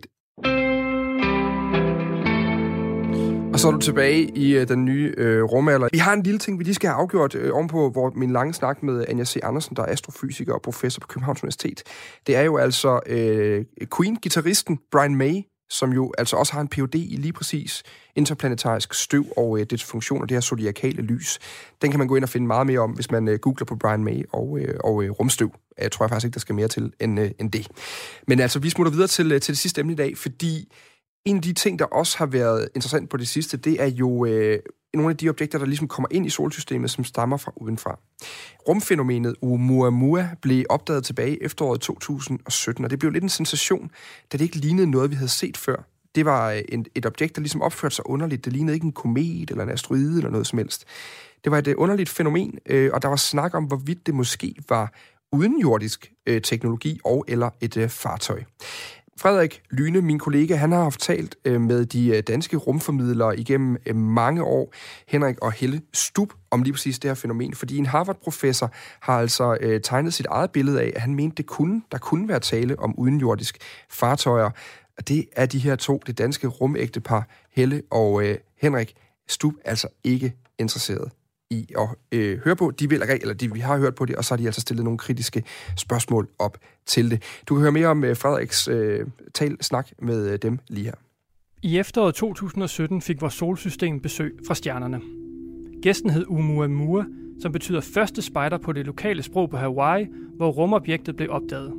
Speaker 1: Og så er du tilbage i den nye rumalder. Vi har en lille ting, vi lige skal have afgjort ovenpå min lange snak med Anja C. Andersen, der er astrofysiker og professor på Københavns Universitet. Det er jo altså Queen-gitarristen Brian May, som jo altså også har en Ph.D. i lige præcis interplanetarisk støv og dets funktioner, det her zodiakale lys. Den kan man gå ind og finde meget mere om, hvis man googler på Brian May og rumstøv. Jeg tror faktisk ikke, der skal mere til end det. Men altså, vi smutter videre til det sidste emne i dag, fordi en af de ting, der også har været interessant på det sidste, det er jo nogle af de objekter, der ligesom kommer ind i solsystemet, som stammer fra udenfra. Rumfænomenet Oumuamua blev opdaget tilbage i efteråret 2017, og det blev lidt en sensation, da det ikke lignede noget, vi havde set før. Det var et objekt, der ligesom opførte sig underligt. Det lignede ikke en komet eller en asteroide eller noget som helst. Det var et underligt fænomen, og der var snak om, hvorvidt det måske var udenjordisk teknologi og eller et fartøj. Frederik Lyne, min kollega, han har haft talt med de danske rumformidlere igennem mange år, Henrik og Helle Stub, om lige præcis det her fænomen, fordi en Harvard-professor har altså tegnet sit eget billede af, at han mente, der kunne være tale om udenjordisk fartøjer. Og det er de her to, det danske rumægtepar, Helle og Henrik Stub, altså ikke interesseret i at høre på. Vi har hørt på det, og så har de altså stillet nogle kritiske spørgsmål op til det. Du kan høre mere om Frederiks snak med dem lige her.
Speaker 5: I efteråret 2017 fik vores solsystem besøg fra stjernerne. Gæsten hed Oumuamua, som betyder første spejder på det lokale sprog på Hawaii, hvor rumobjektet blev opdaget.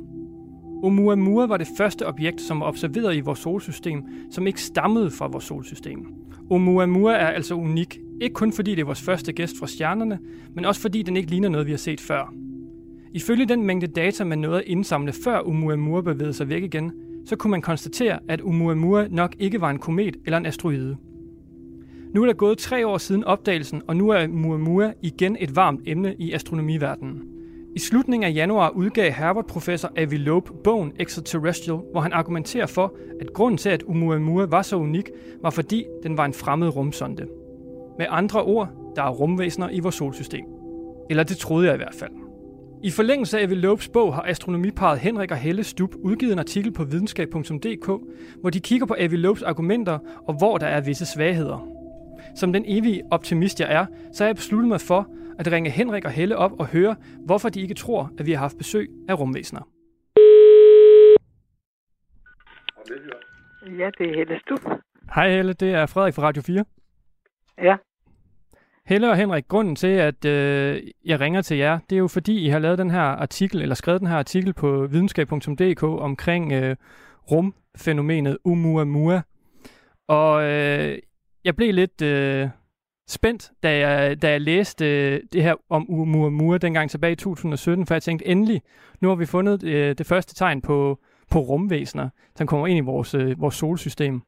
Speaker 5: Oumuamua var det første objekt, som var observeret i vores solsystem, som ikke stammede fra vores solsystem. Oumuamua er altså unik, ikke kun fordi det er vores første gæst fra stjernerne, men også fordi den ikke ligner noget, vi har set før. Ifølge den mængde data, man nåede at indsamle før Oumuamua bevægede sig væk igen, så kunne man konstatere, at Oumuamua nok ikke var en komet eller en asteroide. Nu er der gået 3 år siden opdagelsen, og nu er Oumuamua igen et varmt emne i astronomiverdenen. I slutningen af januar udgav Harvard-professor Avi Loeb bogen Extraterrestrial, hvor han argumenterer for, at grunden til, at Oumuamua var så unik, var fordi den var en fremmed rumsonde. Med andre ord, der er rumvæsener i vores solsystem. Eller det troede jeg i hvert fald. I forlængelse af Avi Loebs bog har astronomiparret Henrik og Helle Stub udgivet en artikel på videnskab.dk, hvor de kigger på Avi Loebs argumenter og hvor der er visse svagheder. Som den evige optimist jeg er, så har jeg besluttet mig for at ringe Henrik og Helle op og høre, hvorfor de ikke tror, at vi har haft besøg af rumvæsener.
Speaker 2: Ja, det er Helle Stub.
Speaker 5: Hej Helle, det er Frederik fra Radio 4.
Speaker 2: Ja.
Speaker 5: Helle og Henrik, grunden til, at jeg ringer til jer, det er jo fordi, I har lavet den her artikel, eller skrevet den her artikel på videnskab.dk omkring rumfænomenet Oumuamua. Og jeg blev lidt spændt, da jeg læste det her om Oumuamua dengang tilbage i 2017, for jeg tænkte, endelig, nu har vi fundet det første tegn på rumvæsener, som kommer ind i vores solsystem.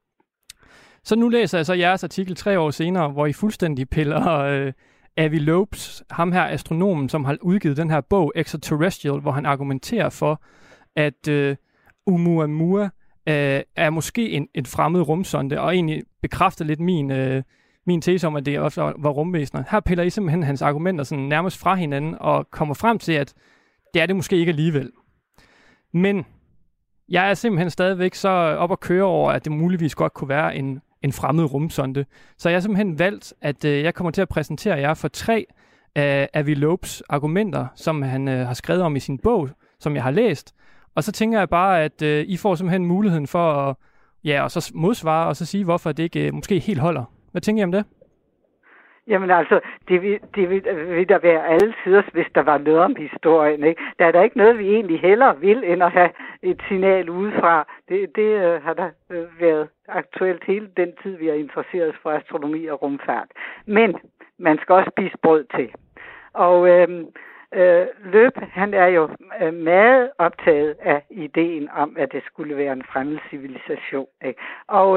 Speaker 5: Så nu læser jeg så jeres artikel 3 år senere, hvor I fuldstændig piller Avi Loebs, ham her astronomen, som har udgivet den her bog, Extraterrestrial, hvor han argumenterer for, at Oumuamua er måske en fremmed rumsonde, og egentlig bekræfter lidt min tese om, at det også var rumvæsener. Her piller I simpelthen hans argumenter sådan nærmest fra hinanden, og kommer frem til, at det er det måske ikke alligevel. Men jeg er simpelthen stadigvæk så op at køre over, at det muligvis godt kunne være en fremmed rumsonde. Så jeg har simpelthen valgt, at jeg kommer til at præsentere jer for 3 af Avi Loebs argumenter, som han har skrevet om i sin bog, som jeg har læst. Og så tænker jeg bare, at I får simpelthen muligheden for at og så modsvare, og så sige, hvorfor det ikke måske helt holder. Hvad tænker I om det?
Speaker 6: Jamen altså, det vil der være alle siders, hvis der var noget om historien, ikke? Der er der ikke noget, vi egentlig hellere vil, end at have et signal udefra. Det har der været aktuelt hele den tid, vi har interesseret os for astronomi og rumfart. Men man skal også spise brød til. Og Loeb, han er jo meget optaget af ideen om, at det skulle være en fremmed civilisation, ikke? Og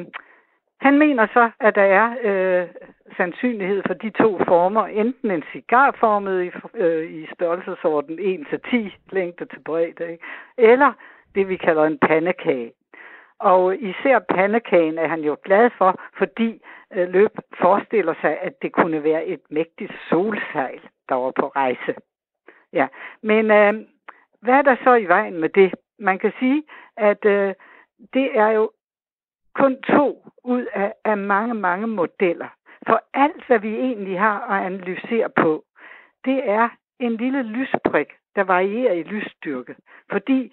Speaker 6: han mener så, at der er sandsynlighed for de 2 former, enten en cigarformet i størrelsesorden 1-10 længde til bredde, ikke? Eller det, vi kalder en pandekage. Og især pandekagen er han jo glad for, fordi Loeb forestiller sig, at det kunne være et mægtigt solsejl, der var på rejse. Ja, men hvad er der så i vejen med det? Man kan sige, at det er jo kun 2 ud af mange, mange modeller. For alt, hvad vi egentlig har at analysere på, det er en lille lysprik, der varierer i lysstyrke. Fordi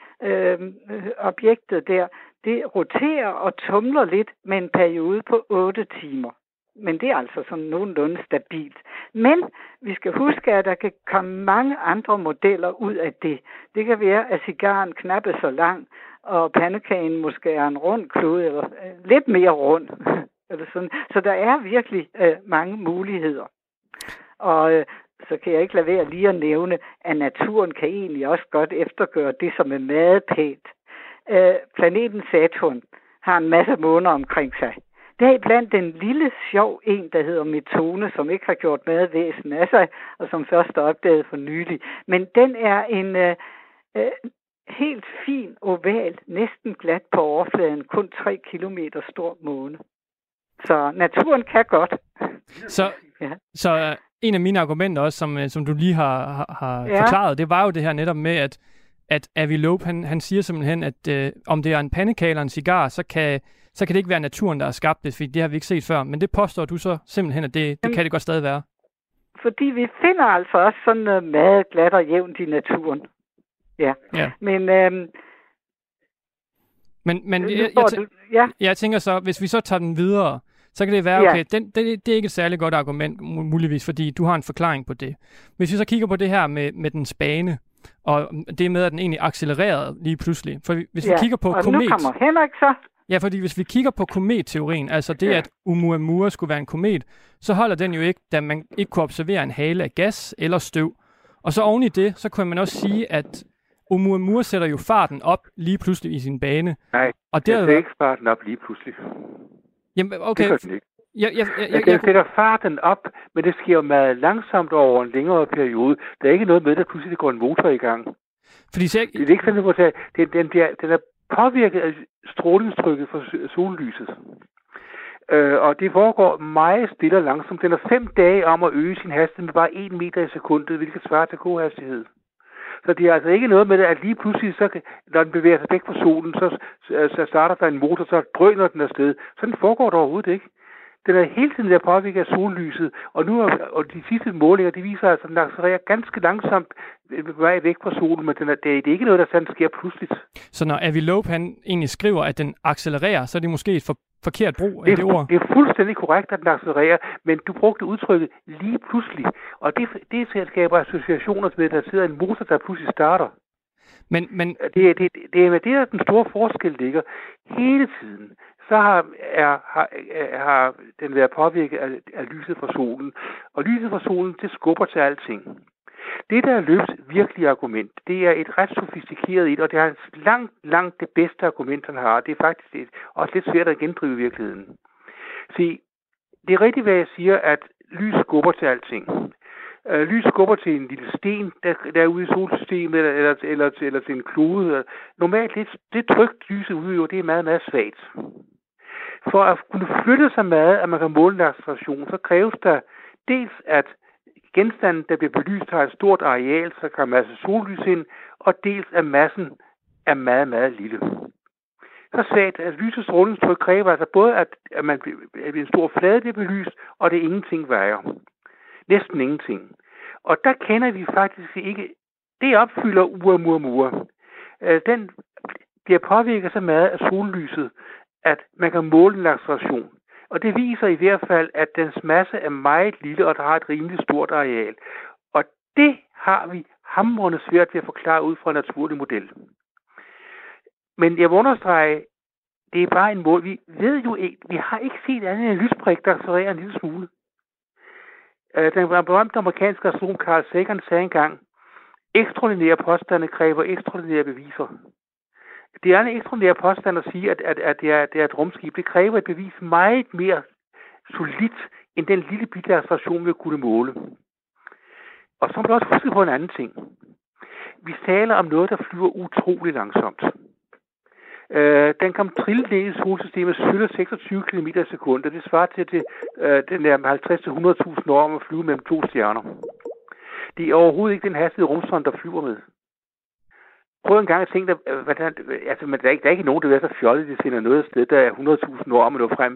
Speaker 6: objektet der, det roterer og tumler lidt med en periode på 8 timer. Men det er altså sådan nogenlunde stabilt. Men vi skal huske, at der kan komme mange andre modeller ud af det. Det kan være, at cigaren knap er så lang, og pandekagen måske er en rund klode, eller lidt mere rund. Eller sådan. Så der er virkelig mange muligheder. Og så kan jeg ikke lade være lige at nævne, at naturen kan egentlig også godt eftergøre det, som er meget pænt. Planeten Saturn har en masse måner omkring sig. Der er blandt den lille sjov en, der hedder Metone, som ikke har gjort meget væsen af sig, og som først er opdaget for nylig. Men den er en helt fin oval, næsten glat på overfladen, kun 3 kilometer stor måne. Så naturen kan godt.
Speaker 5: Så en af mine argumenter også, som du lige har forklaret, det var jo det her netop med, at Avi Loeb, han siger simpelthen, at om det er en pandekage eller en cigar, så kan det ikke være naturen, der har skabt det, for det har vi ikke set før. Men det påstår du så simpelthen, at det kan det godt stadig være. Fordi
Speaker 6: vi finder altså også sådan noget meget glat og jævnt i naturen. Ja. Men
Speaker 5: jeg tænker så, hvis vi så tager den videre, så kan det være, okay, det er ikke et særligt godt argument, muligvis, fordi du har en forklaring på det. Hvis vi så kigger på det her med dens bane, og det med, at den egentlig accelererede lige pludselig. For hvis vi kigger på
Speaker 6: og
Speaker 5: komet...
Speaker 6: nu kommer Henrik så.
Speaker 5: Ja, fordi hvis vi kigger på kometteorien, altså det, at Oumuamua skulle være en komet, så holder den jo ikke, da man ikke kunne observere en hale af gas eller støv. Og så oven i det, så kunne man også sige, at Oumuamua sætter jo farten op lige pludselig i sin bane.
Speaker 7: Nej, og det er ikke farten op lige pludselig.
Speaker 5: Jamen, okay.
Speaker 7: Det gør den ikke. Jeg sætter farten op, men det sker jo meget langsomt over en længere periode. Der er ikke noget med, der pludselig går en motor i gang.
Speaker 5: Fordi
Speaker 7: det er ikke sådan, at den er påvirket af strålingstrykket fra sollyset. Og det foregår meget stille og langsomt. Den er 5 dage om at øge sin hastighed med bare 1 meter i sekundet, hvilket svarer til god hastighed. Så det er altså ikke noget med det, at lige pludselig, så, når den bevæger sig væk fra solen, så starter der en motor, så drøner den afsted. Sådan foregår det overhovedet ikke. Den er hele tiden der påvirket af sollyset, og de sidste målinger, de viser altså, at den accelererer ganske langsomt vej væk fra solen, men det er ikke noget, der sådan sker pludseligt.
Speaker 5: Så når Avi Loeb, han egentlig skriver, at den accelererer, så er det måske et forkert brug af det ord?
Speaker 7: Det er fuldstændig korrekt, at den accelererer, men du brugte udtrykket lige pludselig, og det skaber associationer med, at der sidder en motor, der pludselig starter.
Speaker 5: Men
Speaker 7: det er med det, der den store forskel ligger. Hele tiden, så har den været påvirket af lyset fra solen. Og lyset fra solen, det skubber til alting. Det, der er løbs virkelige argument, det er et ret sofistikeret et, og det er langt det bedste argument, han har. Det er faktisk også lidt svært at gendrive virkeligheden. Se, det er rigtigt, hvad jeg siger, at lys skubber til alting. Lys skubber til en lille sten, der er ude i solsystemet, eller til en klode. Normalt det trygt lyset ude, det er meget, meget svagt. For at kunne flytte sig meget, at man kan måle en acceleration, så kræves der dels, at genstanden, der bliver belyst, har et stort areal, så kan masse sollys ind, og dels at massen er meget, meget lille. Så svagt, at lysets strålingstryk kræver altså både, at en stor flade bliver belyst, og det ingenting vejer. Næsten ingenting. Og der kender vi faktisk ikke, det opfylder Oumuamua. Den bliver påvirket så meget af sollyset, at man kan måle en acceleration. Og det viser i hvert fald, at dens masse er meget lille, og der har et rimeligt stort areal. Og det har vi hamrende svært ved at forklare ud fra en naturlig model. Men jeg vil understrege, det er bare en mål. Vi ved jo ikke, vi har ikke set andet end en lysprik, der accelererer en lille smule. Den berømte amerikanske astronom Carl Sagan sagde engang, ekstraordinære påstande kræver ekstraordinære beviser. Det er en ekstraordinær påstand at sige, at det er et rumskib. Det kræver et bevis meget mere solidt, end den lille bitte acceleration vil kunne måle. Og så må vi også huske på en anden ting. Vi taler om noget, der flyver utrolig langsomt. Den kan trille ned i solsystemet 26 km i sekundet. Det svarer til den der 50-100.000 år om at flyve mellem to stjerner. Det er overhovedet ikke den hastighed rumsonde, der flyver med. Prøv en gang at tænke dig, men der er ikke nogen, der er så fjollet, de finder noget sted, der er 100.000 år om at nå frem.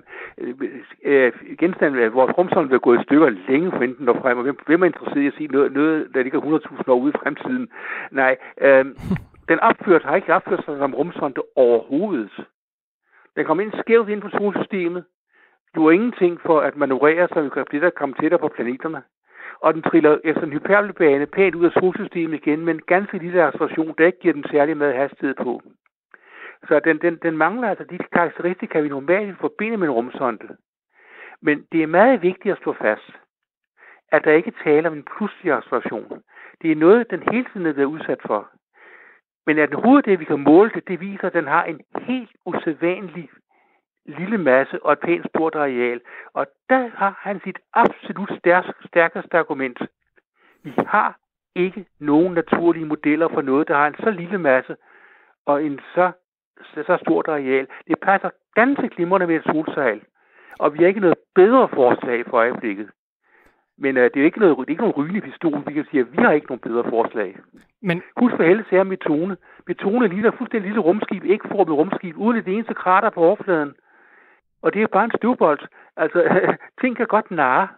Speaker 7: Genstanden, vores rumsonde vil gå i stykker længe for enten når frem, og hvem er interesseret i at sige noget der ligger 100.000 år ude i fremtiden? Nej, den har ikke opført sig som rumsonde overhovedet. Den kom ind skævt ind på solsystemet, gjorde ingenting for at manøvrere, så vi kan blive der komme tættere på planeterne. Og den triller efter en hyperbelebane pænt ud af solsystemet igen, med en ganske lille acceleration, der ikke giver den særlig meget hastighed på. Så den mangler altså de karakteristika, vi normalt forbinder med en rumsonde. Men det er meget vigtigt at slå fast, at der ikke taler om en pludselig acceleration. Det er noget, den hele tiden er blevet udsat for. Men at den hovedet, vi kan måle det viser, at den har en helt usædvanlig lille masse og et pænt stort areal. Og der har han sit absolut stærkeste argument. Vi har ikke nogen naturlige modeller for noget, der har en så lille masse og en så stort areal. Det passer ganske glimrende med et solsejl. Og vi har ikke noget bedre forslag for øjeblikket. Men det er ikke nogen rygende pistol. Vi kan sige, at vi har ikke nogen bedre forslag. Men husk for helvede er Metone. Metone ligner fuldstændig lille rumskib, ikke formet rumskib, uden et eneste krater på overfladen. Og det er bare en støvbold. Altså, ting kan godt narre.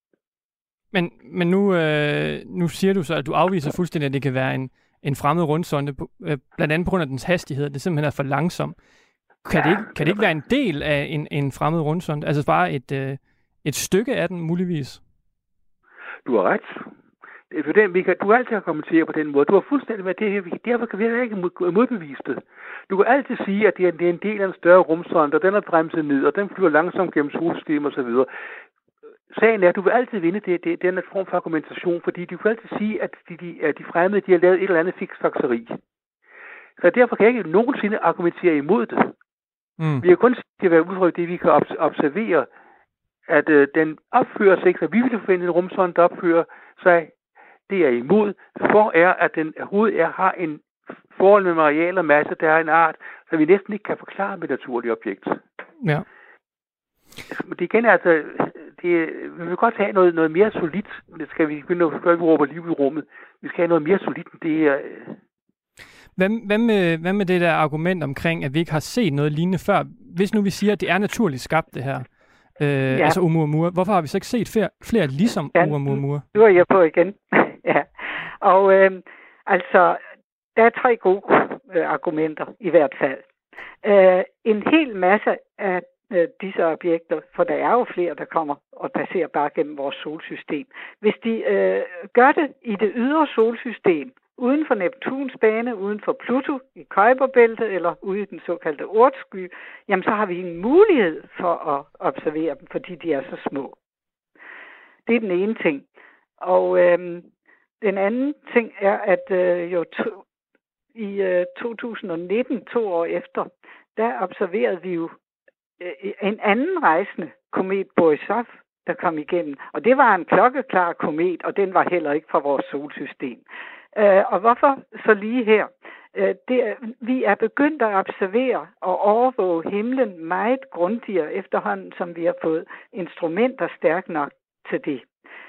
Speaker 5: Men nu siger du så, at du afviser fuldstændig, at det kan være en fremmed rundsonde, blandt andet på grund af dens hastighed. Det simpelthen er for langsom. Kan det ikke være en del af en fremmed rundsonde? Altså bare et stykke af den, muligvis? Du
Speaker 7: har ret. For du kan altid kommentere på den måde. Du har fuldstændig med det her. Derfor kan vi ikke modbevise det. Du kan altid sige, at det er en del af en større rumsonde, og den er bremset ned, og den flyver langsomt gennem solsystemet osv. Sagen er, at du vil altid vinde den form for argumentation, fordi du kan altid sige, at de fremmede de har lavet et eller andet fiksfakseri. Så derfor kan jeg ikke nogensinde argumentere imod det. Vi kan kun sige, at udtryk det, vi kan observere, at den opfører sig ikke, så vi vil finde en rumsonde, der opfører sig. Det er imod, for at den hovedet har en forhold med areal og masse, der er en art, så vi næsten ikke kan forklare med et naturligt objekt.
Speaker 5: Ja.
Speaker 7: Men det igen altså, vi vil godt have noget mere solidt. Det skal vi begynde at gøre, vi råber liv i rummet. Vi skal have noget mere solidt end det her.
Speaker 5: Hvad med det der argument omkring, at vi ikke har set noget lignende før? Hvis nu vi siger, at det er naturligt skabt, det her. Altså Oumuamua. Hvorfor har vi så ikke set flere ligesom Oumuamua?
Speaker 6: Nu er jeg på igen. Ja. Og altså, der er 3 gode argumenter i hvert fald. En hel masse af disse objekter, for der er jo flere, der kommer og passerer bare gennem vores solsystem. Hvis de gør det i det ydre solsystem, uden for Neptuns bane, uden for Pluto i Kuiperbæltet eller ude i den såkaldte ortsky, jamen så har vi en mulighed for at observere dem, fordi de er så små. Det er den ene ting. Og den anden ting er, at i 2019, 2 år efter, der observerede vi jo en anden rejsende komet, Borisov, der kom igennem. Og det var en klokkeklar komet, og den var heller ikke fra vores solsystem. Og hvorfor så lige her? Vi er begyndt at observere og overvåge himlen meget grundigere efterhånden, som vi har fået instrumenter stærkt nok til det.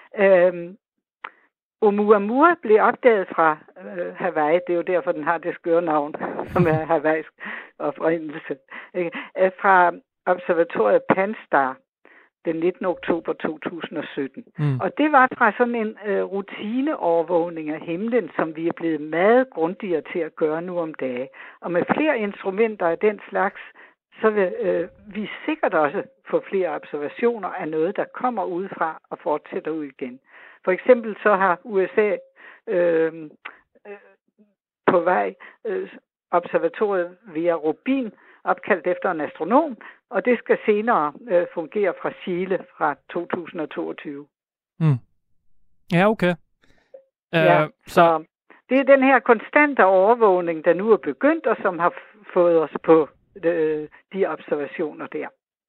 Speaker 6: Oumuamua blev opdaget fra Hawaii, det er jo derfor, den har det skøre navn, som er hawaiisk oprindelse, fra observatoriet Pan-STARRS den 19. oktober 2017. Og det var fra sådan en rutineovervågning af himlen, som vi er blevet meget grundigere til at gøre nu om dagen. Og med flere instrumenter af den slags, så vil vi sikkert også få flere observationer af noget, der kommer udefra og fortsætter ud igen. For eksempel så har USA på vej observatoriet Vera Rubin, opkaldt efter en astronom, og det skal senere fungere fra Chile fra 2022.
Speaker 5: Ja, okay.
Speaker 6: Så det er den her konstante overvågning, der nu er begyndt, og som har fået os på de observationer der.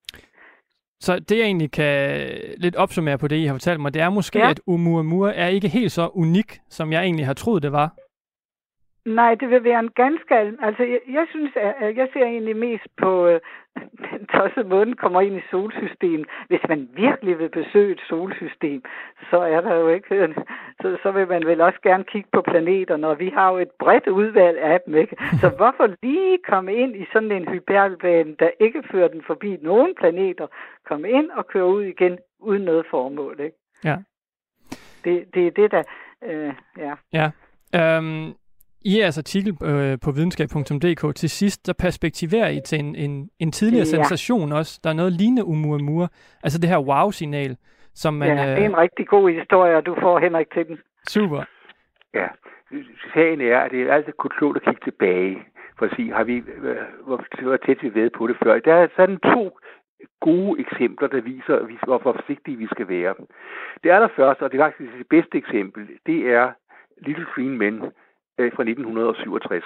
Speaker 5: Så det, jeg egentlig kan lidt opsummere på det, I har fortalt mig, det er måske, at Oumuamua er ikke helt så unik, som jeg egentlig har troet, det var.
Speaker 6: Nej, det vil være en ganske... Altså, jeg synes, at jeg ser egentlig mest på den tossede måden kommer ind i solsystemet. Hvis man virkelig vil besøge et solsystem, så er der jo ikke... Så vil man vel også gerne kigge på planeterne, og vi har jo et bredt udvalg af dem, ikke? Så hvorfor lige komme ind i sådan en hyperbane, der ikke fører den forbi nogen planeter, komme ind og køre ud igen uden noget formål, ikke?
Speaker 5: Ja.
Speaker 6: Det er det, der...
Speaker 5: Ja. I jeres artikel på videnskab.dk til sidst, der perspektiverer I til en tidligere sensation også. Der er noget lignende Oumuamua, altså det her wow-signal, som man...
Speaker 6: Ja, det er en rigtig god historie, og du får Henrik til den.
Speaker 5: Super.
Speaker 7: Ja, sagen er, at det er altid kun klogt at kigge tilbage, for at sige, har vi hvor tæt vi ved på det før. Der er sådan 2 gode eksempler, der viser, hvor forsigtige vi skal være. Det allerførste, og det er faktisk det bedste eksempel, det er Little Green Men fra 1967,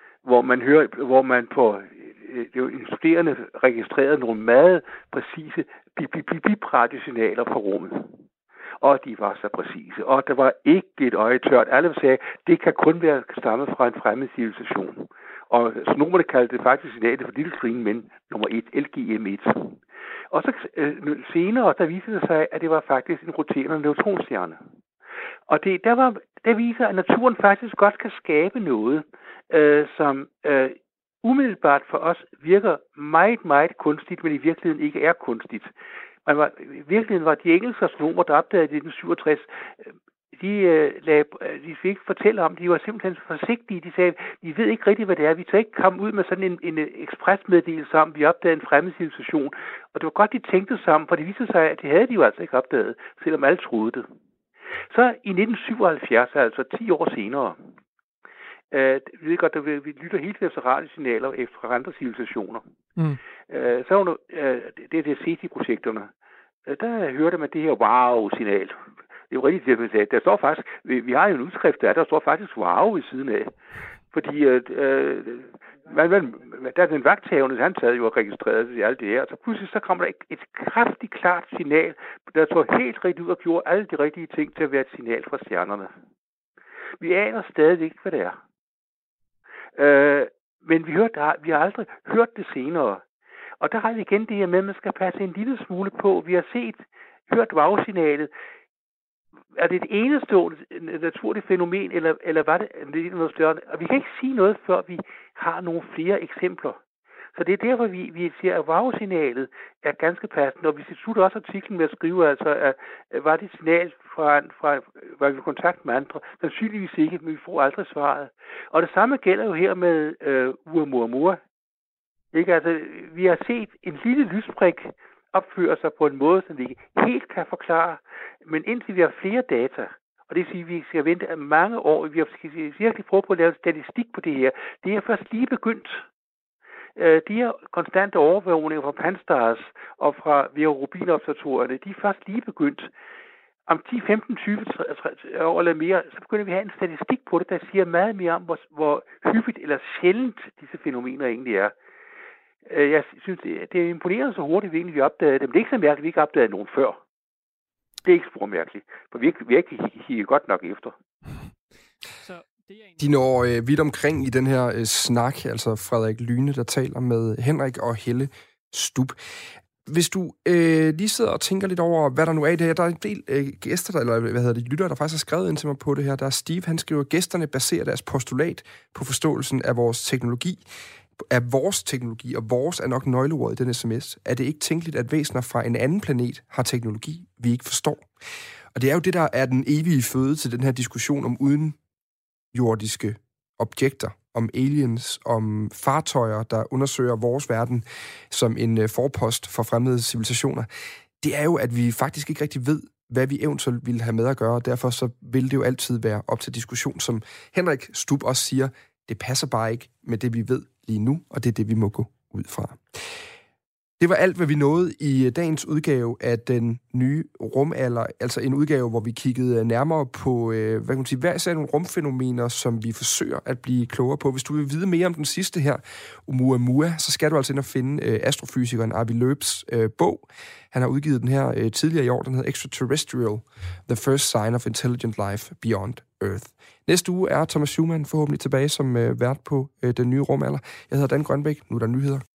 Speaker 7: hvor man på en studerende registrerede nogle meget præcise bip-radiosignaler fra rummet. Og de var så præcise. Og der var ikke et øje tørt. Alle sagde, det kan kun være stammet fra en fremmed civilisation. Og astronomerne kaldte det faktisk signalet for Little Green Men nummer 1, LGM1. Og så senere, der viste det sig, at det var faktisk en roterende neutronstjerne. Og der viser, at naturen faktisk godt kan skabe noget, som umiddelbart for os virker meget, meget kunstigt, men i virkeligheden ikke er kunstigt. I virkeligheden var de engelske astronomer, der opdagede i 1967, de fik ikke fortælle om, de var simpelthen forsigtige. De sagde, vi ved ikke rigtig, hvad det er. Vi tager ikke komme ud med sådan en ekspresmeddelelse om, vi opdagede en fremmed civilisation. Og det var godt, de tænkte sammen, for det viste sig, at det havde de jo altså ikke opdaget, selvom alle troede det. Så i 1977, altså 10 år senere, vi ved godt, at vi lytter helt efter radiosignaler efter andre civilisationer. Så var det er SETI-projekterne. Der hørte man det her wow-signal. Det er jo rigtigt, det jeg sagde. Der står faktisk, vi har jo en udskrift der står faktisk wow ved siden af. Fordi der er den vagthavende, han taget jo og registreret i alt det her. Så pludselig så kommer der et kraftigt klart signal, der så helt rigtigt ud og gjorde alle de rigtige ting til at være et signal fra stjernerne. Vi aner stadig ikke, hvad det er. Men vi har aldrig hørt det senere. Og der har vi igen det her med, at man skal passe en lille smule på. Vi har hørt wow-signalet. Er det et enestående naturligt fænomen, eller var det noget større? Og vi kan ikke sige noget, før vi har nogle flere eksempler. Så det er derfor, vi siger, at wow-signalet er ganske passende. Og vi slutter også artiklen med at skrive, altså, at var det et signal fra var vi i kontakt med andre? Sandsynligvis ikke, men vi får aldrig svaret. Og det samme gælder jo her med Oumuamua. Ikke? Altså, vi har set en lille lysprik opføre sig på en måde, som vi ikke helt kan forklare. Men indtil vi har flere data, Og det vil sige, at vi skal vente mange år. Vi skal virkelig prøve på at lave statistik på det her. Det er først lige begyndt. De her konstante overvågninger fra Pan-STARRS og fra Vera Rubin-observatorierne, de er først lige begyndt. Om 10, 15, 20 år eller mere, så begynder vi at have en statistik på det, der siger meget mere om, hvor hyppigt eller sjældent disse fænomener egentlig er. Jeg synes, det er imponerende så hurtigt, vi opdagede dem. Det er ikke så mærkeligt, at vi ikke opdagede nogen før. Det er ikke spor mærkeligt, for vi er ikke kigget godt nok efter.
Speaker 1: De når vidt omkring i den her snak, altså Frederik Lyne, der taler med Henrik og Helle Stub. Hvis du lige sidder og tænker lidt over, hvad der nu er i det her, der er en del gæster, lyttere, der faktisk har skrevet ind til mig på det her. Der er Steve, han skriver, gæsterne baserer deres postulat på forståelsen af vores teknologi. Og vores er nok nøgleordet i den sms. Er det ikke tænkeligt, at væsener fra en anden planet har teknologi, vi ikke forstår? Og det er jo det, der er den evige føde til den her diskussion om udenjordiske objekter, om aliens, om fartøjer, der undersøger vores verden som en forpost for fremmede civilisationer. Det er jo, at vi faktisk ikke rigtig ved, hvad vi eventuelt ville have med at gøre, og derfor så vil det jo altid være op til diskussion, som Henrik Stub også siger, det passer bare ikke med det, vi ved lige nu, og det er det, vi må gå ud fra. Det var alt, hvad vi nåede i dagens udgave af den nye rumalder, altså en udgave, hvor vi kiggede nærmere på, hvad er nogle rumfænomener, som vi forsøger at blive klogere på. Hvis du vil vide mere om den sidste her, Oumuamua, så skal du altså ind og finde astrofysikeren Avi Loebs bog. Han har udgivet den her tidligere i år, den hedder Extraterrestrial, The First Sign of Intelligent Life Beyond Earth. Næste uge er Thomas Schumann forhåbentlig tilbage som vært på den nye rumalder. Jeg hedder Dan Grønbæk, nu er der nyheder.